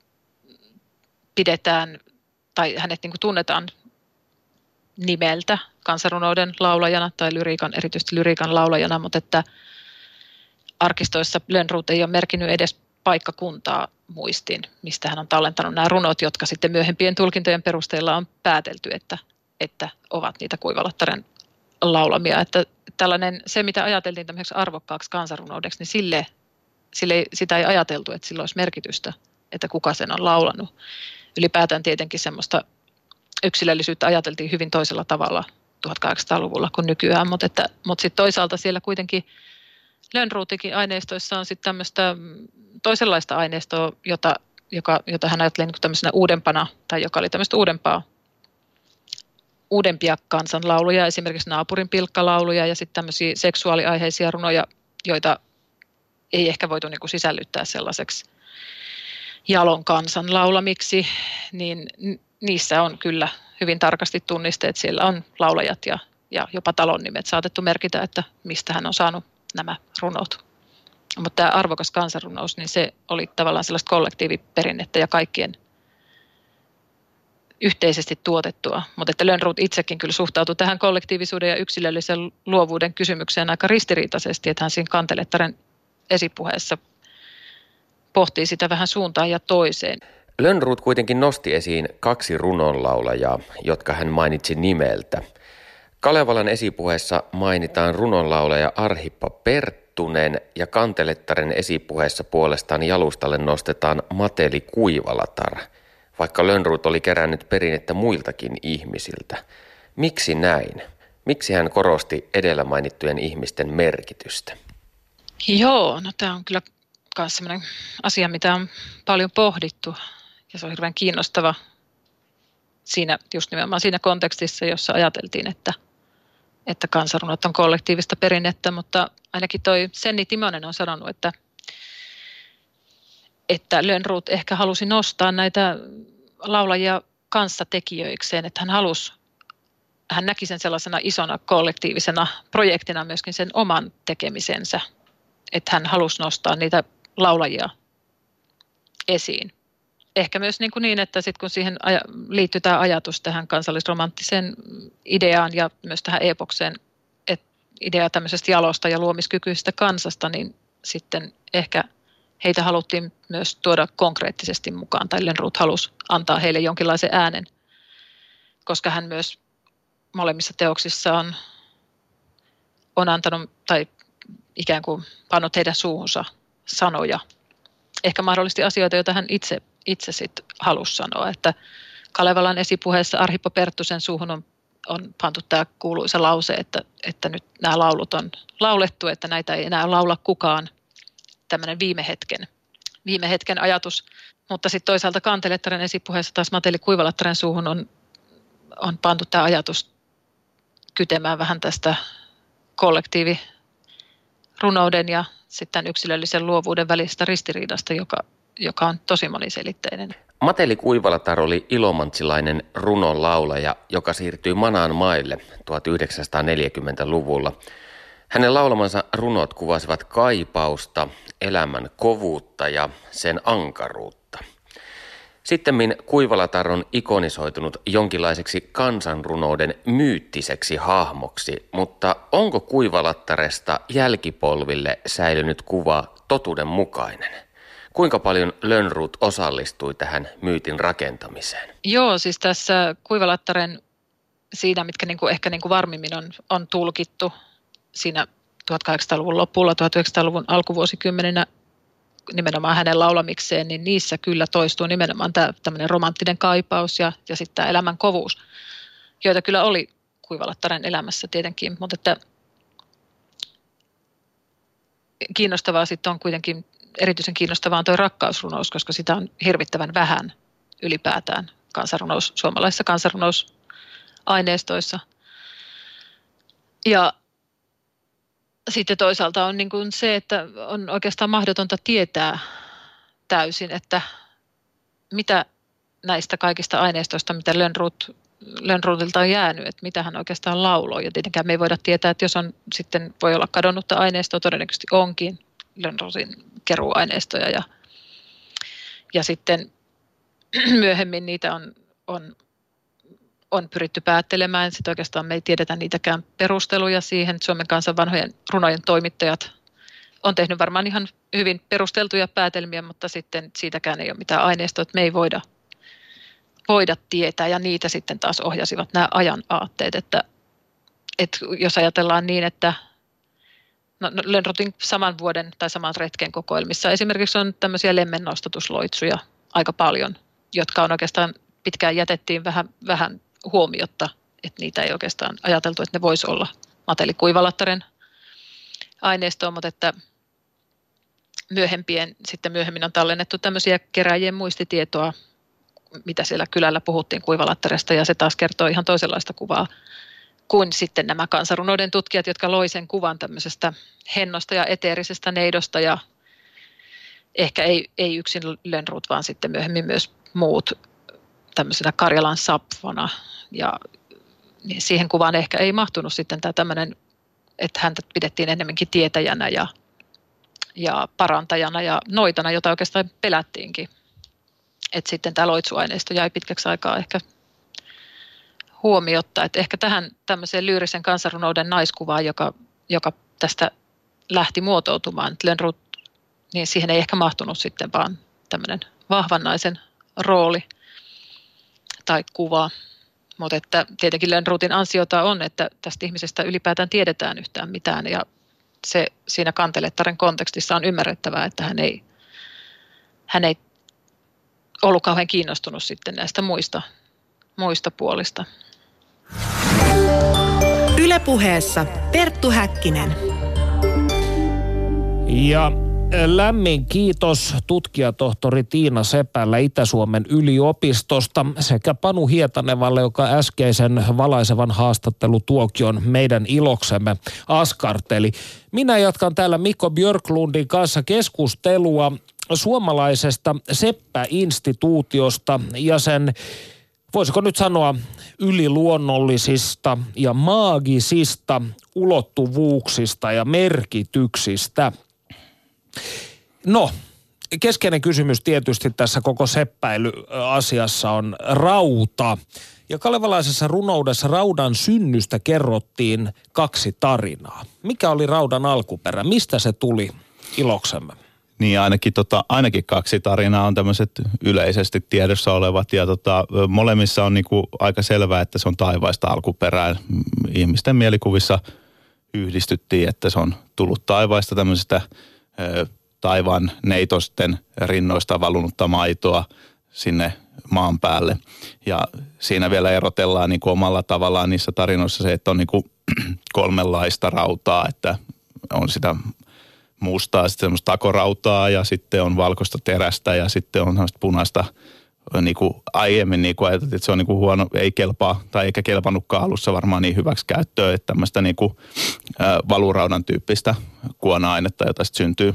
E: pidetään tai hänet niin kuin tunnetaan nimeltä kansanrunouden laulajana tai erityisesti lyriikan laulajana, mutta että arkistoissa Lönnrot ei ole merkinnyt edes paikkakuntaa muistiin, mistä hän on tallentanut nämä runot, jotka sitten myöhempien tulkintojen perusteella on päätelty, että ovat niitä Kuivalattaren laulamia. Että tällainen, se mitä ajateltiin tämmöiseksi arvokkaaksi kansanrunoudeksi, niin sitä ei ajateltu, että sillä olisi merkitystä, että kuka sen on laulanut. Ylipäätään tietenkin semmoista yksilöllisyyttä ajateltiin hyvin toisella tavalla 1800-luvulla kuin nykyään, mutta sitten toisaalta siellä kuitenkin Lönnrothingin aineistoissa on sitten tämmöistä toisenlaista aineistoa, jota hän ajatteli niin kuin tämmöisenä uudempana, tai joka oli tämmöistä uudempia kansanlauluja, esimerkiksi naapurin pilkkalauluja ja sitten tämmöisiä seksuaaliaiheisia runoja, joita ei ehkä voitu niin kuin sisällyttää sellaiseksi jalon kansan laulamiksi, niin niissä on kyllä hyvin tarkasti tunnisteet. Siellä on laulajat ja jopa talon nimet saatettu merkitä, että mistä hän on saanut nämä runot. Mutta tämä arvokas kansanrunous, niin se oli tavallaan sellaista kollektiiviperinnettä ja kaikkien yhteisesti tuotettua. Mutta että Lönnroth itsekin kyllä suhtautui tähän kollektiivisuuden ja yksilöllisen luovuuden kysymykseen aika ristiriitaisesti, että hän siinä Kantelettaren esipuheessa pohtii sitä vähän suuntaan ja toiseen.
B: Lönnroth kuitenkin nosti esiin 2 runonlaulajaa, jotka hän mainitsi nimeltä. Kalevalan esipuheessa mainitaan runonlaulaja Arhippa Perttunen ja Kantelettaren esipuheessa puolestaan jalustalle nostetaan Mateli Kuivalatar, vaikka Lönnroth oli kerännyt perinnettä muiltakin ihmisiltä. Miksi näin? Miksi hän korosti edellä mainittujen ihmisten merkitystä?
E: Joo, no tämä on kyllä myös sellainen asia, mitä on paljon pohdittu ja se on hirveän kiinnostava siinä, just nimenomaan siinä kontekstissa, jossa ajateltiin, että kansanrunot on kollektiivista perinnettä, mutta ainakin toi Senni Timonen on sanonut, että Lönnroth ehkä halusi nostaa näitä laulajia kanssatekijöikseen, että hän näki sen sellaisena isona kollektiivisena projektina myöskin sen oman tekemisensä, että hän halusi nostaa niitä laulajia esiin. Ehkä myös niin, että sitten kun siihen liittyy tämä ajatus tähän kansallisromanttiseen ideaan ja myös tähän epokseen, että idea tämmöisestä jalosta ja luomiskykyisestä kansasta, niin sitten ehkä heitä haluttiin myös tuoda konkreettisesti mukaan, tai Lönnroth halusi antaa heille jonkinlaisen äänen, koska hän myös molemmissa teoksissaan on antanut tai ikään kuin pannut heidän suuhunsa sanoja. Ehkä mahdollisesti asioita, joita hän itse sitten halusi sanoa, että Kalevalan esipuheessa Arhippo Perttusen suuhun on pantu tämä kuuluisa lause, että nyt nämä laulut on laulettu, että näitä ei enää laula kukaan, tämmöinen viime hetken ajatus. Mutta sitten toisaalta Kantelettaren esipuheessa taas Mateli Kuivalattaren suuhun on pantu tämä ajatus kytemään vähän tästä kollektiivirunouden ja sitten yksilöllisen luovuuden välisestä ristiriidasta, joka on tosi moniselitteinen.
B: Mateli Kuivalatar oli ilomantsilainen runonlaulaja, joka siirtyi Manaan maille 1940-luvulla. Hänen laulamansa runot kuvasivat kaipausta, elämän kovuutta ja sen ankaruutta. Sittemmin Kuivalatar on ikonisoitunut jonkinlaiseksi kansanrunouden myyttiseksi hahmoksi, mutta onko Kuivalattaresta jälkipolville säilynyt kuva totuudenmukainen? Kuinka paljon Lönnroth osallistui tähän myytin rakentamiseen?
E: Joo, siis tässä Kuivalattaren siinä, mitkä ehkä varmimmin on tulkittu siinä 1800-luvun lopulla, 1900-luvun alkuvuosikymmeninä nimenomaan hänen laulamikseen, niin niissä kyllä toistuu nimenomaan tämmöinen romanttinen kaipaus ja sitten tämä elämän kovuus, joita kyllä oli Kuivalattaren elämässä tietenkin, mutta että kiinnostavaa sitten on kuitenkin, erityisen kiinnostavaa on tuo rakkausrunous, koska sitä on hirvittävän vähän ylipäätään suomalaisissa kansanrunousaineistoissa. Ja sitten toisaalta on niin kuin se, että on oikeastaan mahdotonta tietää täysin, että mitä näistä kaikista aineistoista, mitä Lönnrothilta on jäänyt, että mitä hän oikeastaan lauloi. Ja tietenkään me ei voida tietää, että jos on sitten voi olla kadonnutta aineistoa, todennäköisesti onkin Lönnrothin keruuaineistoja. Ja sitten myöhemmin niitä on pyritty päättelemään. Sitten oikeastaan me ei tiedetä niitäkään perusteluja siihen. Suomen kansan vanhojen runojen toimittajat on tehnyt varmaan ihan hyvin perusteltuja päätelmiä, mutta sitten siitäkään ei ole mitään aineistoa, että me ei voida tietää. Ja niitä sitten taas ohjasivat nämä ajan aatteet, että jos ajatellaan niin, että Lönnrothin saman vuoden tai saman retken kokoelmissa esimerkiksi on tämmöisiä lemmennostatusloitsuja aika paljon, jotka on oikeastaan pitkään jätettiin vähän huomiotta että niitä ei oikeastaan ajateltu, että ne voisi olla Mateli Kuivalattaren aineistoa, mutta että myöhemmin on tallennettu tämmöisiä keräjien muistitietoa, mitä siellä kylällä puhuttiin Kuivalattaresta, ja se taas kertoo ihan toisenlaista kuvaa kuin sitten nämä kansanrunouden tutkijat, jotka loi sen kuvan tämmöisestä hennosta ja eteerisestä neidosta, ja ehkä ei yksin Lönnrot, vaan sitten myöhemmin myös muut tämmöisenä Karjalan sapfona, ja siihen kuvaan ehkä ei mahtunut sitten tämä tämmöinen, että häntä pidettiin enemmänkin tietäjänä ja parantajana ja noitana, jota oikeastaan pelättiinkin. Että sitten tämä loitsuaineisto jäi pitkäksi aikaa ehkä huomiotta, että ehkä tähän tämmöiseen lyyrisen kansanrunouden naiskuvaan, joka tästä lähti muotoutumaan, Lönnrot, niin siihen ei ehkä mahtunut sitten vaan tämmöinen vahvan naisen rooli tai kuva. Mutta että tietenkin Lönnrotin ansiota on, että tästä ihmisestä ylipäätään tiedetään yhtään mitään, ja se siinä Kantelettaren kontekstissa on ymmärrettävää, että hän ei ollut kauhean kiinnostunut sitten näistä muista puolista.
A: Yle Puheessa Perttu Häkkinen.
C: Ja lämmin kiitos tutkijatohtori Tiina Sepällä Itä-Suomen yliopistosta sekä Panu Hietanevalle, joka äskeisen valaisevan haastattelutuokion meidän iloksemme askarteli. Minä jatkan täällä Mikko Björklundin kanssa keskustelua suomalaisesta Seppä-instituutiosta ja sen, voisiko nyt sanoa, yliluonnollisista ja maagisista ulottuvuuksista ja merkityksistä. No, keskeinen kysymys tietysti tässä koko seppäilyasiassa on rauta. Ja kalevalaisessa runoudessa raudan synnystä kerrottiin 2 tarinaa. Mikä oli raudan alkuperä? Mistä se tuli iloksemme?
D: Niin ainakin 2 tarinaa on tämmöiset yleisesti tiedossa olevat, ja molemmissa on niinku aika selvää, että se on taivaista alkuperää. Ihmisten mielikuvissa yhdistyttiin, että se on tullut taivaista tämmöisestä taivaan neitosten rinnoista valunutta maitoa sinne maan päälle. Ja siinä vielä erotellaan niin kuin omalla tavallaan niissä tarinoissa se, että on niin kuin 3 rautaa, että on sitä mustaa, sitten semmoista takorautaa ja sitten on valkoista terästä ja sitten on punaista, niin kuin aiemmin niin kuin ajateltiin, että se on niin kuin huono, ei kelpaa tai eikä kelpannutkaan alussa varmaan niin hyväksi käyttöön, että tämmöistä niin kuin valuraudan tyyppistä kuona-ainetta, jota sitten syntyy,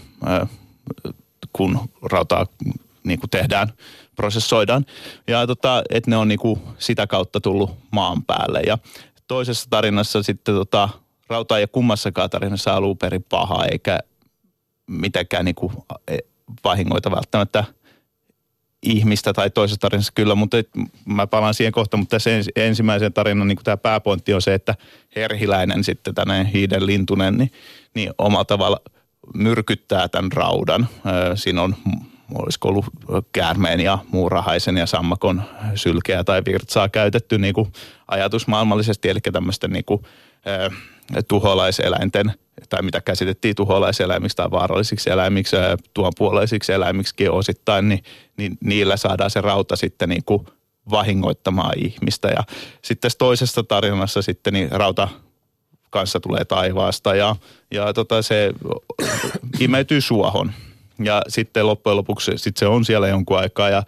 D: kun rautaa niin kuin tehdään, prosessoidaan. Ja että ne on niin kuin sitä kautta tullut maan päälle. Ja toisessa tarinassa sitten rauta ei ole kummassakaan tarinassa alun perin paha, eikä mitenkään niin kuin vahingoita välttämättä ihmistä, tai toisessa tarinassa kyllä, mutta mä palaan siihen kohta, mutta tässä ensimmäisen tarinan niin kuin tämä pääpointti on se, että Herhiläinen sitten tänne hiiden lintunen, niin omalla tavalla myrkyttää tämän raudan. Siinä on, olisiko ollut käärmeen ja muurahaisen ja sammakon sylkeä tai virtsaa käytetty niin kuin ajatusmaailmallisesti, eli tämmöisten niin kuin tuholaiseläinten, tai mitä käsitettiin tuholaiseläimiksi tai vaarallisiksi eläimiksi, tuonpuoleisiksi eläimiksikin osittain, niin niillä saadaan se rauta sitten niin kuin vahingoittamaan ihmistä. Ja sitten toisessa tarinassa sitten niin rauta kanssa tulee taivaasta ja se imeytyy suohon. Ja sitten loppujen lopuksi sitten se on siellä jonkun aikaa ja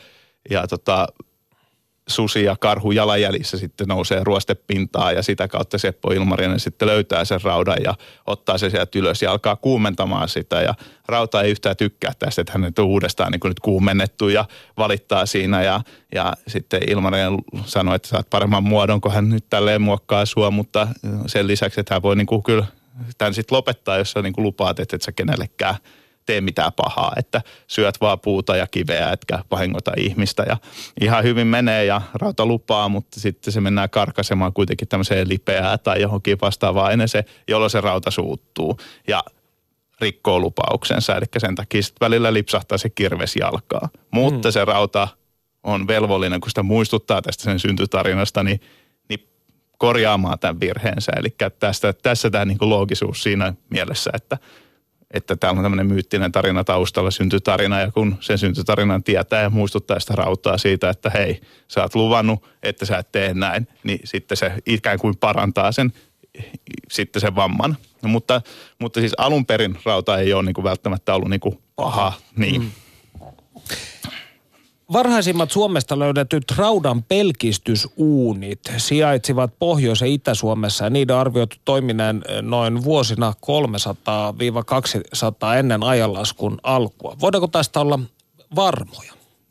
D: susi ja karhu jalanjäljissä sitten nousee ruostepintaan ja sitä kautta Seppo Ilmarinen sitten löytää sen raudan ja ottaa se sieltä ylös ja alkaa kuumentamaan sitä. Ja rauta ei yhtään tykkää tästä, että hänet on uudestaan niin kuin nyt kuumennettu ja valittaa siinä ja sitten Ilmarinen sanoi, että saat paremman muodon, kun hän nyt tälleen muokkaa sua, mutta sen lisäksi, että hän voi niin kuin kyllä tämän sitten lopettaa, jos sä niin kuin lupaat, että et sä kenellekään tee mitään pahaa, että syöt vaan puuta ja kiveä, etkä vahingoita ihmistä. Ja ihan hyvin menee ja rauta lupaa, mutta sitten se mennään karkaisemaan kuitenkin tämmöiseen lipeää tai johonkin vastaavaan ennen se, jolloin se rauta suuttuu ja rikkoo lupauksensa. Eli sen takia sitten välillä lipsahtaa se kirves jalkaa. Mutta se rauta on velvollinen, kun sitä muistuttaa tästä sen syntytarinasta, niin korjaamaan tämän virheensä. Eli tässä tämä niin kuin loogisuus siinä mielessä, että että täällä on tämmöinen myyttinen tarina taustalla, syntytarina, ja kun sen syntytarinan tietää ja muistuttaa sitä rautaa siitä, että hei, sä oot luvannut, että sä et tee näin, niin sitten se ikään kuin parantaa sen vamman. No, mutta siis alun perin rauta ei ole niin kuin välttämättä ollut niin kuin paha. Niin.
C: Varhaisimmat Suomesta löydetyt raudan pelkistysuunit sijaitsivat Pohjois- ja Itä-Suomessa ja niiden arvioitu toimineen noin vuosina 300-200 ennen ajanlaskun alkua. Voidaanko tästä olla varmoja?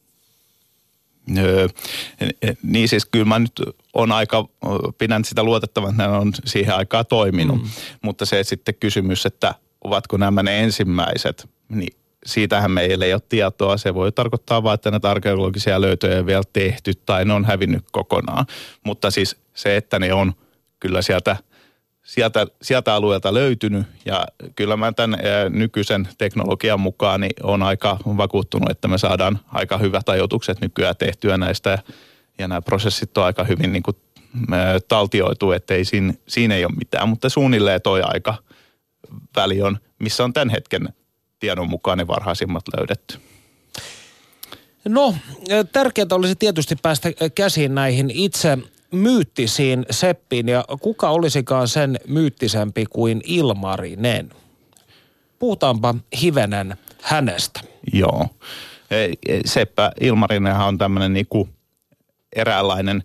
D: Niin siis kyllä mä nyt pidän sitä luotettavan, että ne on siihen aikaan toiminut. Mutta se sitten kysymys, että ovatko nämä ne ensimmäiset, niin siitähän meillä ei ole tietoa. Se voi tarkoittaa vain, että näitä arkeologisia löytöjä on vielä tehty tai ne on hävinnyt kokonaan. Mutta siis se, että ne on kyllä sieltä alueelta löytynyt ja kyllä mä tämän nykyisen teknologian mukaan niin on aika vakuuttunut, että me saadaan aika hyvät ajoitukset nykyään tehtyä näistä ja nämä prosessit on aika hyvin niin kuin taltioitu, ettei siinä ei ole mitään, mutta suunnilleen toi aika väli on, missä on tämän hetken tiedon mukaan ne varhaisimmat löydetty.
C: No, tärkeää olisi tietysti päästä käsiin näihin itse myyttisiin seppiin ja kuka olisikaan sen myyttisempi kuin Ilmarinen. Puhutaanpa hivenen hänestä.
D: Joo. Seppä Ilmarinenhan on tämmöinen niinku eräänlainen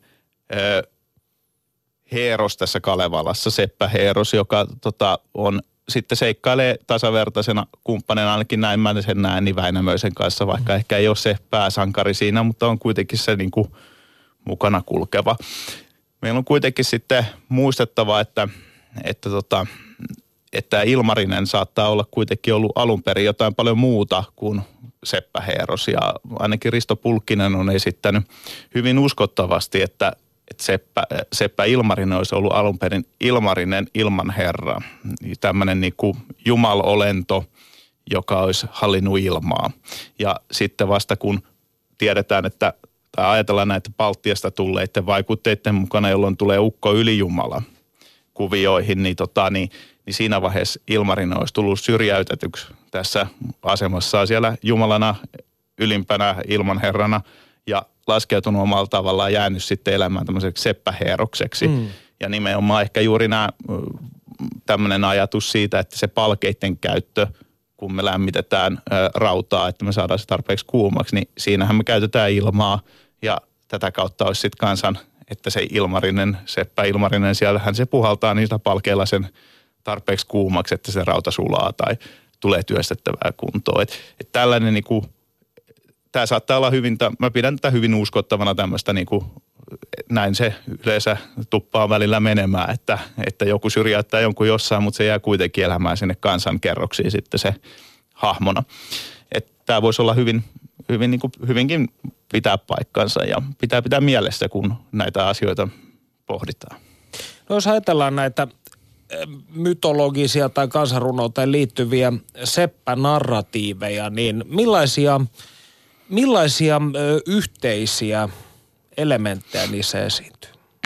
D: heeros tässä Kalevalassa, Seppä Heeros, joka on sitten seikkailee tasavertaisena kumppanina, ainakin näin mä sen näen, niin Väinämöisen kanssa, vaikka ehkä ei ole se pääsankari siinä, mutta on kuitenkin se niin kuin mukana kulkeva. Meillä on kuitenkin sitten muistettava, että Ilmarinen saattaa olla kuitenkin ollut alun perin jotain paljon muuta kuin Seppä Heeros, ja ainakin Risto Pulkkinen on esittänyt hyvin uskottavasti, että Seppä Ilmarinen olisi ollut alun perin Ilmarinen ilmanherra, tämmöinen niin kuin jumalolento, joka olisi hallinnut ilmaa. Ja sitten vasta kun tiedetään, tai ajatellaan näitä Baltiasta tulleiden vaikutteiden mukana, jolloin tulee ukko ylijumala kuvioihin, niin siinä vaiheessa Ilmarinen olisi tullut syrjäytetyksi tässä asemassaan siellä jumalana, ylimpänä ilmanherrana ja laskeutunut omalla tavallaan jäänyt sitten elämään tämmöiseksi seppäheerokseksi. Ja nimenomaan ehkä juuri tämmöinen ajatus siitä, että se palkeiden käyttö, kun me lämmitetään rautaa, että me saadaan se tarpeeksi kuumaksi, niin siinähän me käytetään ilmaa ja tätä kautta olisi sitten kansan, että se Ilmarinen, Seppä Ilmarinen, siellähän se puhaltaa niillä palkeilla sen tarpeeksi kuumaksi, että se rauta sulaa tai tulee työstettävää kuntoon. Että tällainen niinku, tämä saattaa olla hyvin, mä pidän tätä hyvin uskottavana tämmöistä niinku, näin se yleensä tuppaa välillä menemään, että joku syrjäyttää jonkun jossain, mutta se jää kuitenkin elämään sinne kansankerroksiin sitten se hahmona. Että tämä voisi olla hyvinkin pitää paikkansa ja pitää mielessä, kun näitä asioita pohditaan.
C: No jos ajatellaan näitä mytologisia tai kansanrunouteen liittyviä seppänarratiiveja, niin millaisia yhteisiä elementtejä niissä esiintyy?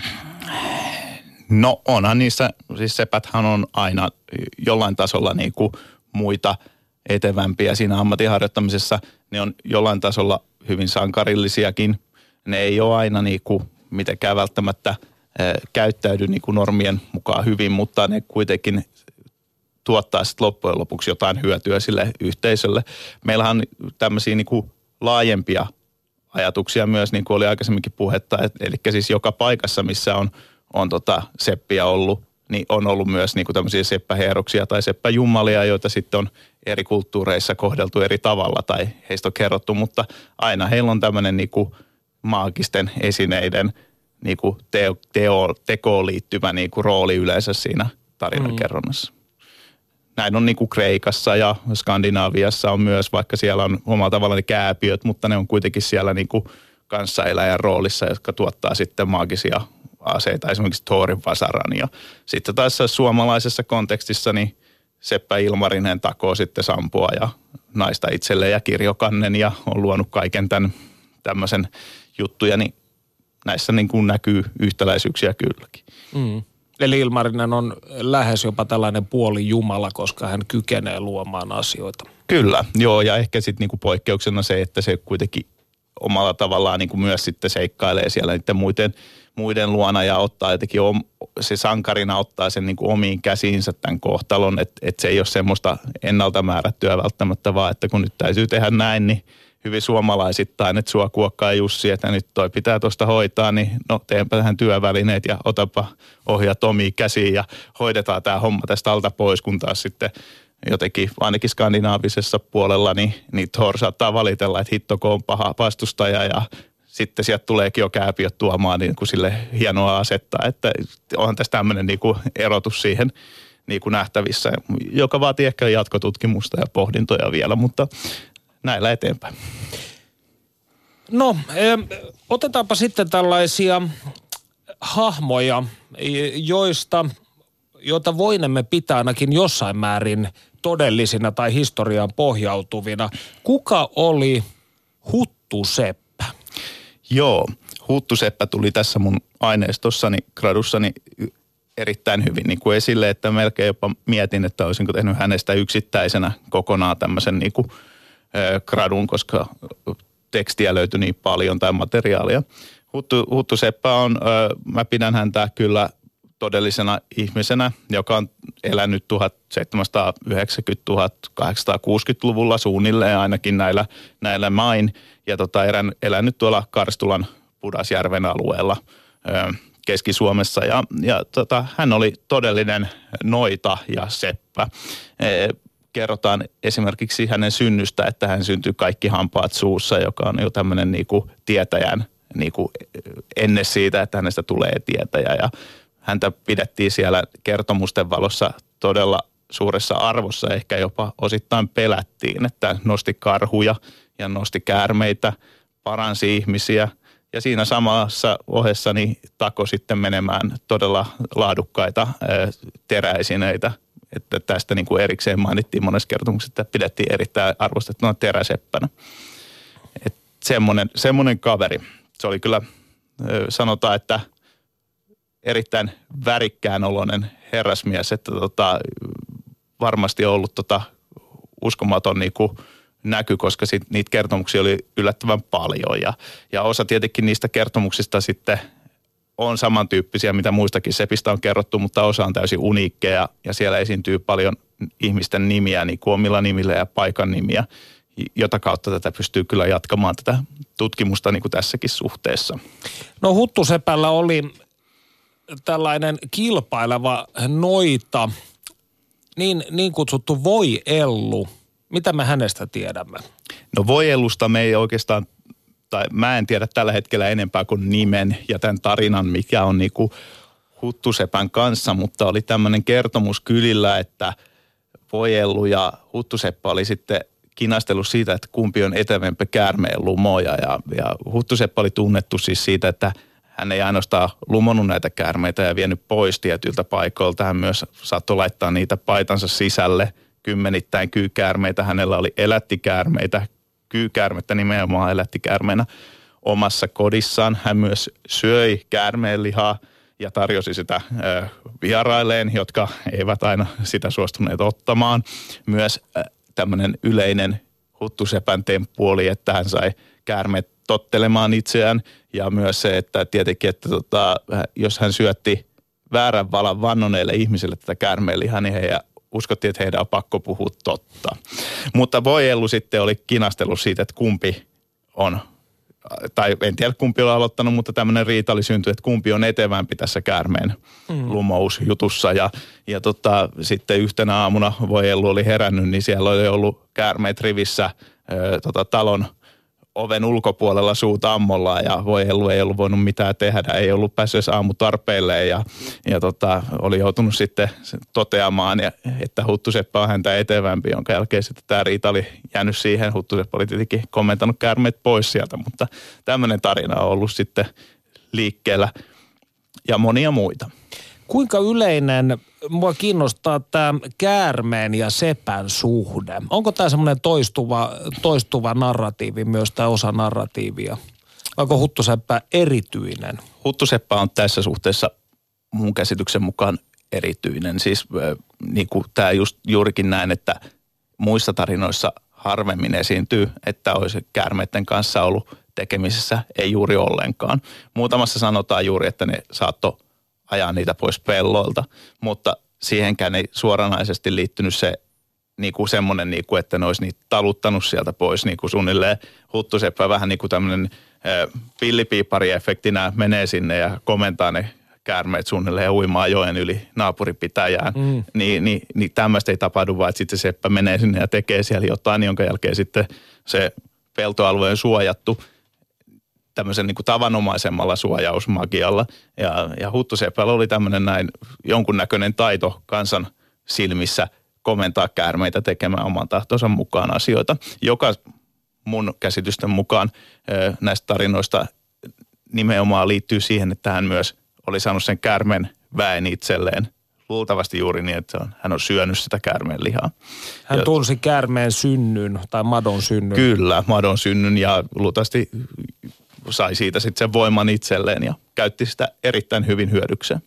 D: No onhan niissä, siis sepäthän on aina jollain tasolla niin kuin muita etevämpiä siinä ammatinharjoittamisessa. Ne on jollain tasolla hyvin sankarillisiakin. Ne ei ole aina niin kuin mitenkään välttämättä käyttäydy niin kuin normien mukaan hyvin, mutta ne kuitenkin tuottaa sitten loppujen lopuksi jotain hyötyä sille yhteisölle. Meillähän on tämmöisiä niin kuin laajempia ajatuksia myös, niin kuin oli aikaisemminkin puhetta, eli siis joka paikassa, missä on seppiä ollut, niin on ollut myös niin kuin tämmöisiä seppäheeroksia tai seppäjumalia, joita sitten on eri kulttuureissa kohdeltu eri tavalla tai heistä on kerrottu, mutta aina heillä on tämmöinen niin kuin maagisten esineiden niin kuin tekoon liittyvä niin kuin rooli yleensä siinä tarinankerronnassa. Näin on niin kuin Kreikassa ja Skandinaaviassa on myös, vaikka siellä on omalla tavallaan kääpiöt, mutta ne on kuitenkin siellä niin kuin kanssaeläjän roolissa, jotka tuottaa sitten maagisia aseita, esimerkiksi Thorin vasaran. Ja sitten taas suomalaisessa kontekstissa niin Seppä Ilmarinen takoo sitten sampua ja naista itselleen ja kirjokannen ja on luonut kaiken tämän tämmöisen juttuja, niin näissä niin kuin näkyy yhtäläisyyksiä kylläkin.
C: Eli Ilmarinen on lähes jopa tällainen puolijumala, koska hän kykenee luomaan asioita.
D: Kyllä, joo, ja ehkä sitten niinku poikkeuksena se, että se kuitenkin omalla tavallaan niinku myös sitten seikkailee siellä niiden muiden luona ja ottaa jotenkin, se sankarina ottaa sen niinku omiin käsiinsä tämän kohtalon, että se ei ole semmoista ennalta määrättyä välttämättä, vaan että kun nyt täytyy tehdä näin, niin hyvin suomalaisittain, että sua kuokkaa Jussi, että nyt toi pitää tuosta hoitaa, niin no teenpä tähän työvälineet ja otapa ohjat omiin käsiin ja hoidetaan tämä homma tästä alta pois, kun taas sitten jotenkin ainakin skandinaavisessa puolella, niin Thor saattaa valitella, että hittoko on paha vastustaja ja sitten sieltä tuleekin jo kääpiöt tuomaan niin kuin sille hienoa asetta, että onhan tässä tämmöinen niin kuin erotus siihen niin kuin nähtävissä, joka vaatii ehkä jatkotutkimusta ja pohdintoja vielä, mutta näillä eteenpäin.
C: No, otetaanpa sitten tällaisia hahmoja, joita voinemme pitää ainakin jossain määrin todellisina tai historiaan pohjautuvina. Kuka oli Huttuseppä?
D: Joo, Huttuseppä tuli tässä mun aineistossani, gradussani erittäin hyvin niin kuin esille, että melkein jopa mietin, että olisinko tehnyt hänestä yksittäisenä kokonaan tämmöisen niin kuin gradun, koska tekstiä löytyi niin paljon tai materiaalia. Huttuseppä on, mä pidän häntä kyllä todellisena ihmisenä, joka on elänyt 1790-1860-luvulla suunnilleen ainakin näillä main ja elänyt tuolla Karstulan Pudasjärven alueella Keski-Suomessa ja hän oli todellinen noita ja seppä. Kerrotaan esimerkiksi hänen synnystä, että hän syntyi kaikki hampaat suussa, joka on jo tämmöinen niinku tietäjän niinku ennen siitä, että hänestä tulee tietäjä ja häntä pidettiin siellä kertomusten valossa todella suuressa arvossa, ehkä jopa osittain pelättiin, että nosti karhuja ja nosti käärmeitä, paransi ihmisiä ja siinä samassa ohessa niin tako sitten menemään todella laadukkaita teräesineitä. Että tästä niin kuin erikseen mainittiin monessa kertomuksessa, että pidettiin erittäin arvostettuna teräseppänä. Että semmoinen kaveri. Se oli kyllä, sanotaan, että erittäin värikkään oloinen herrasmies, että varmasti on ollut uskomaton niin kuin näky, koska niitä kertomuksia oli yllättävän paljon ja osa tietenkin niistä kertomuksista sitten on samantyyppisiä, mitä muistakin sepistä on kerrottu, mutta osa on täysin uniikkeja ja siellä esiintyy paljon ihmisten nimiä, niin kuin omilla nimillä ja paikan nimiä, jota kautta tätä pystyy kyllä jatkamaan tätä tutkimusta niin kuin tässäkin suhteessa.
C: No Huttusepällä oli tällainen kilpaileva noita, niin kutsuttu voiellu. Mitä me hänestä tiedämme?
D: No voiellusta me ei oikeastaan, tai mä en tiedä tällä hetkellä enempää kuin nimen ja tämän tarinan, mikä on niinku Huttusepän kanssa, mutta oli tämmöinen kertomus kylillä, että voiellu ja Huttuseppä oli sitten kinastellut siitä, että kumpi on etevämpi käärmeen lumoja ja Huttuseppä oli tunnettu siis siitä, että hän ei ainoastaan lumonut näitä käärmeitä ja vienyt pois tietyiltä paikoilta. Hän myös saattoi laittaa niitä paitansa sisälle. Kymmenittäin kyykäärmeitä. Hänellä oli elättikäärmeitä. Kyykäärmettä nimenomaan elättikäärmeenä omassa kodissaan. Hän myös söi käärmeenlihaa ja tarjosi sitä vierailleen, jotka eivät aina sitä suostuneet ottamaan. Myös tämmöinen yleinen Huttusepän temppu oli, että hän sai käärmeet tottelemaan itseään ja myös se, että tietenkin, että jos hän syötti väärän valan vannoneille ihmisille tätä käärmeenlihaa, niin uskottiin, että heidän on pakko puhua totta. Mutta voiellu sitten oli kinastellut siitä, että kumpi on, tai en tiedä kumpi on aloittanut, mutta tämmöinen riita oli syntynyt, että kumpi on etevämpi tässä käärmeen lumousjutussa. Ja sitten yhtenä aamuna voiellu oli herännyt, niin siellä oli ollut käärmeet rivissä talon oven ulkopuolella suut ammollaan ja voiellu ei ollut voinut mitään tehdä, ei ollut päässyt aamutarpeilleen ja oli joutunut sitten toteamaan, että Huttuseppä on häntä etevämpi, jonka jälkeen sitten tämä riita oli jäänyt siihen. Huttuseppä oli tietenkin kommentanut käärmeet pois sieltä, mutta tämmöinen tarina on ollut sitten liikkeellä ja monia muita.
C: Kuinka yleinen, mua kiinnostaa tämä käärmeen ja sepän suhde. Onko tämä semmoinen toistuva narratiivi myös, tämä osa narratiivia? Onko Huttuseppä erityinen?
D: Huttuseppä on tässä suhteessa mun käsityksen mukaan erityinen. Siis niin kuin tämä juurikin näin, että muissa tarinoissa harvemmin esiintyy, että olisi käärmeiden kanssa ollut tekemisissä, ei juuri ollenkaan. Muutamassa sanotaan juuri, että ne saattoi ajaa niitä pois pelloilta, mutta siihenkään ei suoranaisesti liittynyt se niinku semmoinen, niinku, että ne olisi niitä taluttanut sieltä pois niinku suunnilleen huttuseppä vähän niin kuin tämmöinen pillipiipari-efektinä menee sinne ja komentaa ne käärmeet suunnilleen uimaan joen yli naapuripitäjään. Niin tämmöistä ei tapahdu, vaan että sitten se seppä menee sinne ja tekee siellä jotain, jonka jälkeen sitten se peltoalue on suojattu tämmöisen niin kuin tavanomaisemmalla suojausmagialla. Ja huttuseppällä oli tämmöinen näin jonkunnäköinen taito kansan silmissä komentaa käärmeitä tekemään oman tahtonsa mukaan asioita, joka mun käsitysten mukaan näistä tarinoista nimenomaan liittyy siihen, että hän myös oli saanut sen käärmeen väen itselleen. Luultavasti juuri niin, että hän on syönyt sitä käärmeen lihaa.
C: Hän tunsi käärmeen synnyn tai madon synnyn.
D: Kyllä, madon synnyn ja luultavasti sai siitä sitten sen voiman itselleen ja käytti sitä erittäin hyvin hyödykseen.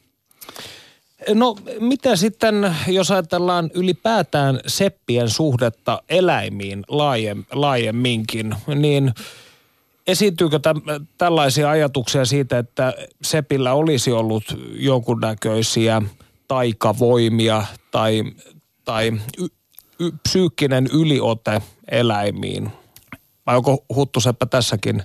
C: No mitä sitten, jos ajatellaan ylipäätään seppien suhdetta eläimiin laajemminkin, niin esiintyykö tällaisia ajatuksia siitä, että sepillä olisi ollut jonkunnäköisiä taikavoimia tai psyykkinen yliote eläimiin? Vai onko huttuseppä tässäkin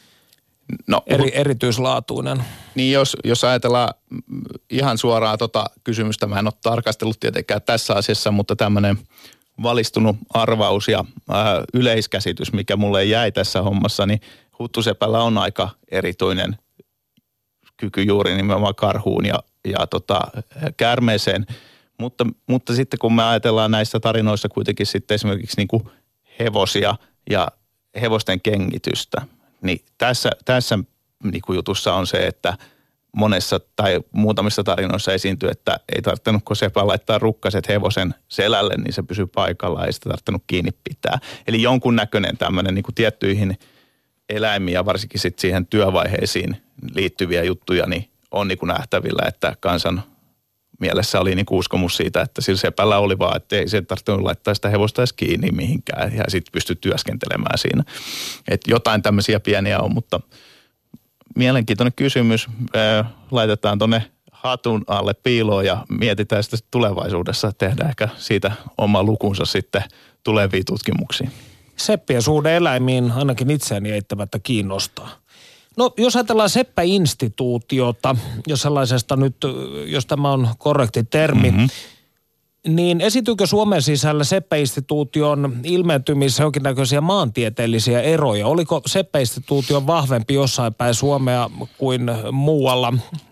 C: erityislaatuinen?
D: Niin jos ajatellaan ihan suoraan kysymystä, mä en ole tarkastellut tietenkään tässä asiassa, mutta tämmöinen valistunut arvaus ja yleiskäsitys, mikä mulle jäi tässä hommassa, niin huttusepällä on aika erityinen kyky juuri nimenomaan karhuun ja käärmeeseen. Mutta sitten kun me ajatellaan näissä tarinoissa kuitenkin sitten esimerkiksi niin kuin hevosia ja hevosten kengitystä, niin tässä niin kuin jutussa on se, että monessa tai muutamissa tarinoissa esiintyy, että ei tarvinnut kun sepä laittaa rukkaset hevosen selälle, niin se pysyy paikallaan, ei sitä tarvinnut kiinni pitää. Eli jonkunnäköinen tämmöinen niin kuin tiettyihin eläimiin ja varsinkin sitten siihen työvaiheisiin liittyviä juttuja, niin on niin kuin nähtävillä, että kansan mielessä oli niin kuin uskomus siitä, että sillä sepällä oli vaan, että ei se tarvinnut laittaa sitä hevosta edes kiinni mihinkään ja sitten pystyi työskentelemään siinä. Että jotain tämmöisiä pieniä on, mutta mielenkiintoinen kysymys. Laitetaan tuonne hatun alle piiloon ja mietitään sitä tulevaisuudessa. Tehdään ehkä siitä oma lukunsa sitten tuleviin tutkimuksiin.
C: Seppien suhde eläimiin ainakin itseäni eittämättä kiinnostaa. No jos ajatellaan seppäinstituutiota, jos sellaisesta nyt, jos tämä on korrekti termi, niin esiintyykö Suomen sisällä seppäinstituution ilmentymissä jonkinnäköisiä maantieteellisiä eroja? Oliko seppäinstituutio vahvempi jossain päin Suomea kuin muualla?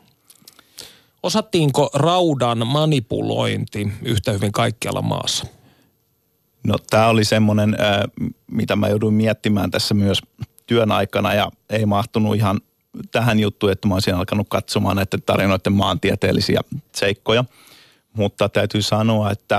C: Osattiinko raudan manipulointi yhtä hyvin kaikkialla maassa?
D: No tämä oli semmoinen, mitä mä jouduin miettimään tässä myös työn aikana ja ei mahtunut ihan tähän juttuun, että mä olisin alkanut katsomaan näiden tarinoiden maantieteellisiä seikkoja. Mutta täytyy sanoa, että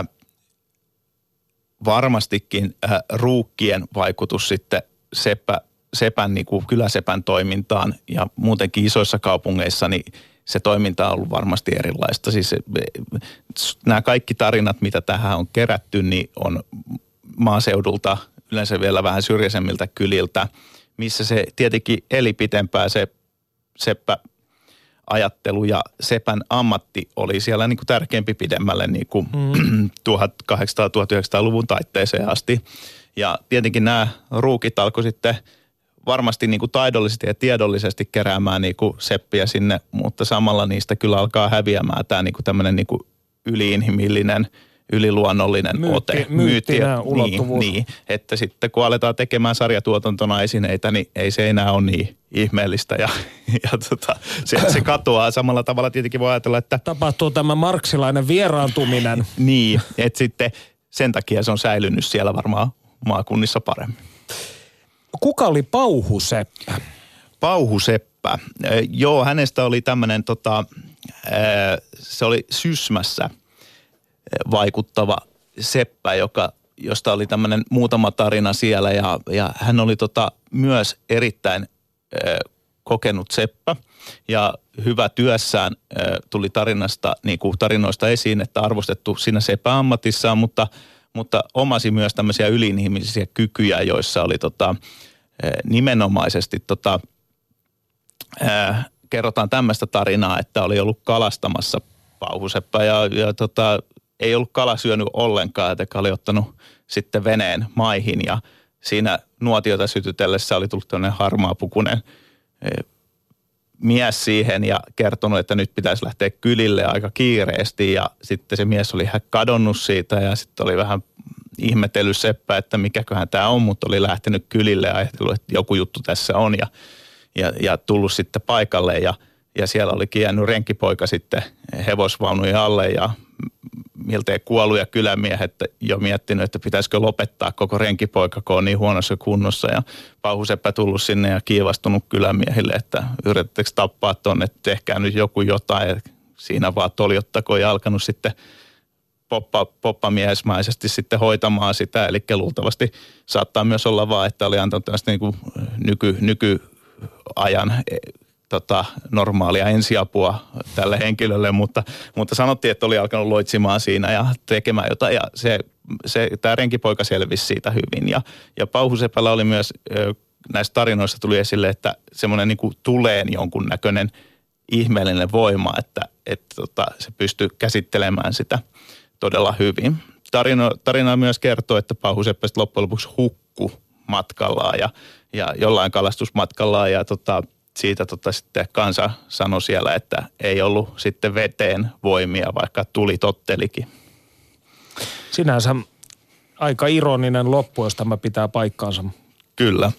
D: varmastikin ruukkien vaikutus sitten sepän niin kuin kyläsepän toimintaan ja muutenkin isoissa kaupungeissa, niin se toiminta on ollut varmasti erilaista. Siis nämä kaikki tarinat, mitä tähän on kerätty, niin on maaseudulta, yleensä vielä vähän syrjäisemmiltä kyliltä, missä se tietenkin eli pitempään se seppä ajattelu ja sepän ammatti oli siellä niin kuin tärkeämpi pidemmälle niin kuin 1800-1900-luvun taitteeseen asti. Ja tietenkin nämä ruukit alkoi sitten varmasti niin kuin taidollisesti ja tiedollisesti keräämään niin kuin seppiä sinne, mutta samalla niistä kyllä alkaa häviämään tämä niin kuin tämmöinen niin kuin yliinhimillinen, yliluonnollinen ote.
C: Myyttinen ulottuvuus.
D: Niin, että sitten kun aletaan tekemään sarjatuotantona esineitä, niin ei se enää ole niin ihmeellistä ja se katoaa. Samalla tavalla tietenkin voi ajatella, että
C: tapahtuu tämä marksilainen vieraantuminen.
D: Niin, että sitten sen takia se on säilynyt siellä varmaan maakunnissa paremmin.
C: Kuka oli Pauhuseppä?
D: Pauhuseppä. Joo, hänestä oli tämmöinen, se oli Sysmässä vaikuttava seppä, josta oli tämmöinen muutama tarina siellä ja hän oli myös erittäin kokenut seppä ja hyvä työssään tuli tarinoista esiin, että arvostettu siinä seppäammatissaan, mutta omasi myös tämmöisiä ylinihmisiä kykyjä, joissa oli nimenomaisesti kerrotaan tämmöistä tarinaa, että oli ollut kalastamassa Pauhuseppä ja ei ollut kala syönyt ollenkaan, että oli ottanut sitten veneen maihin ja siinä nuotiota sytytellessä oli tullut tämmöinen harmaapukunen mies siihen ja kertonut, että nyt pitäisi lähteä kylille aika kiireesti ja sitten se mies oli kadonnut siitä ja sitten oli vähän ihmetellyt seppä, että mikäköhän tämä on, mutta oli lähtenyt kylille ja ajatellut, että joku juttu tässä on ja tullut sitten paikalle ja siellä olikin jäänyt renkipoika sitten hevosvaunujen alle ja miltei kuollut ja kylämiehet jo miettinyt, että pitäisikö lopettaa koko renkipoika, kun on niin huonossa kunnossa. Ja Pauhuseppä tullut sinne ja kiivastunut kylämiehille, että yritettekö tappaa tuonne, että tehkää nyt joku jotain. Ja siinä vaan toljottako ja alkanut sitten poppamiesmäisesti sitten hoitamaan sitä. Eli luultavasti saattaa myös olla vaan, että oli antanut tällaista niin kuin nykyajan normaalia ensiapua tälle henkilölle, mutta sanottiin, että oli alkanut loitsimaan siinä ja tekemään jotain ja tämä renkipoika selvisi siitä hyvin. Ja Pauhusepällä oli myös, näissä tarinoissa tuli esille, että semmoinen niin kuin tuleen jonkunnäköinen ihmeellinen voima, että se pystyy käsittelemään sitä todella hyvin. Tarina myös kertoo, että Pauhuseppä loppujen lopuksi hukkui matkallaan ja jollain kalastusmatkallaan ja siitä sitten kansa sanoi siellä, että ei ollut sitten veteen voimia, vaikka tuli tottelikin.
C: Sinänsä aika ironinen loppu, jos tämä pitää paikkaansa.
D: Kyllä.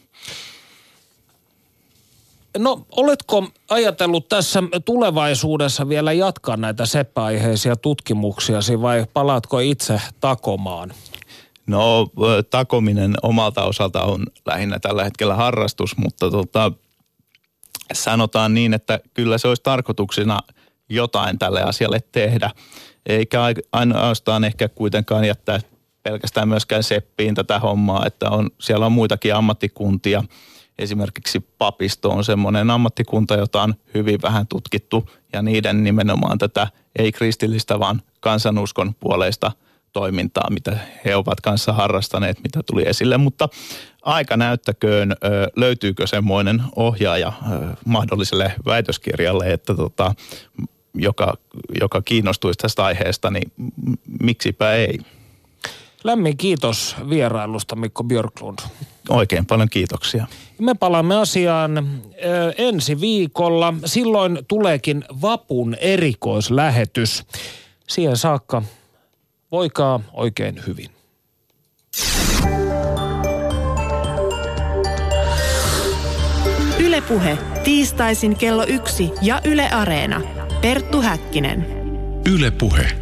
C: No, oletko ajatellut tässä tulevaisuudessa vielä jatkaa näitä seppäaiheisia tutkimuksiasi vai palaatko itse takomaan?
D: No, takominen omalta osalta on lähinnä tällä hetkellä harrastus, mutta sanotaan niin, että kyllä se olisi tarkoituksena jotain tälle asialle tehdä. Eikä ainoastaan ehkä kuitenkaan jättää pelkästään myöskään seppiin tätä hommaa, että siellä on muitakin ammattikuntia. Esimerkiksi papisto on semmoinen ammattikunta, jota on hyvin vähän tutkittu ja niiden nimenomaan tätä ei kristillistä, vaan kansanuskon puoleista toimintaa, mitä he ovat kanssa harrastaneet, mitä tuli esille, mutta aika näyttäköön, löytyykö semmoinen ohjaaja mahdolliselle väitöskirjalle, että joka kiinnostuisi tästä aiheesta, niin miksipä ei.
C: Lämmin kiitos vierailusta, Mikko Björklund.
D: Oikein paljon kiitoksia.
C: Me palaamme asiaan ensi viikolla. Silloin tuleekin vapun erikoislähetys. Siihen saakka voikaa oikein hyvin.
A: Yle Puhe. Tiistaisin kello 1 ja Yle Areena. Perttu Häkkinen.
F: Yle Puhe.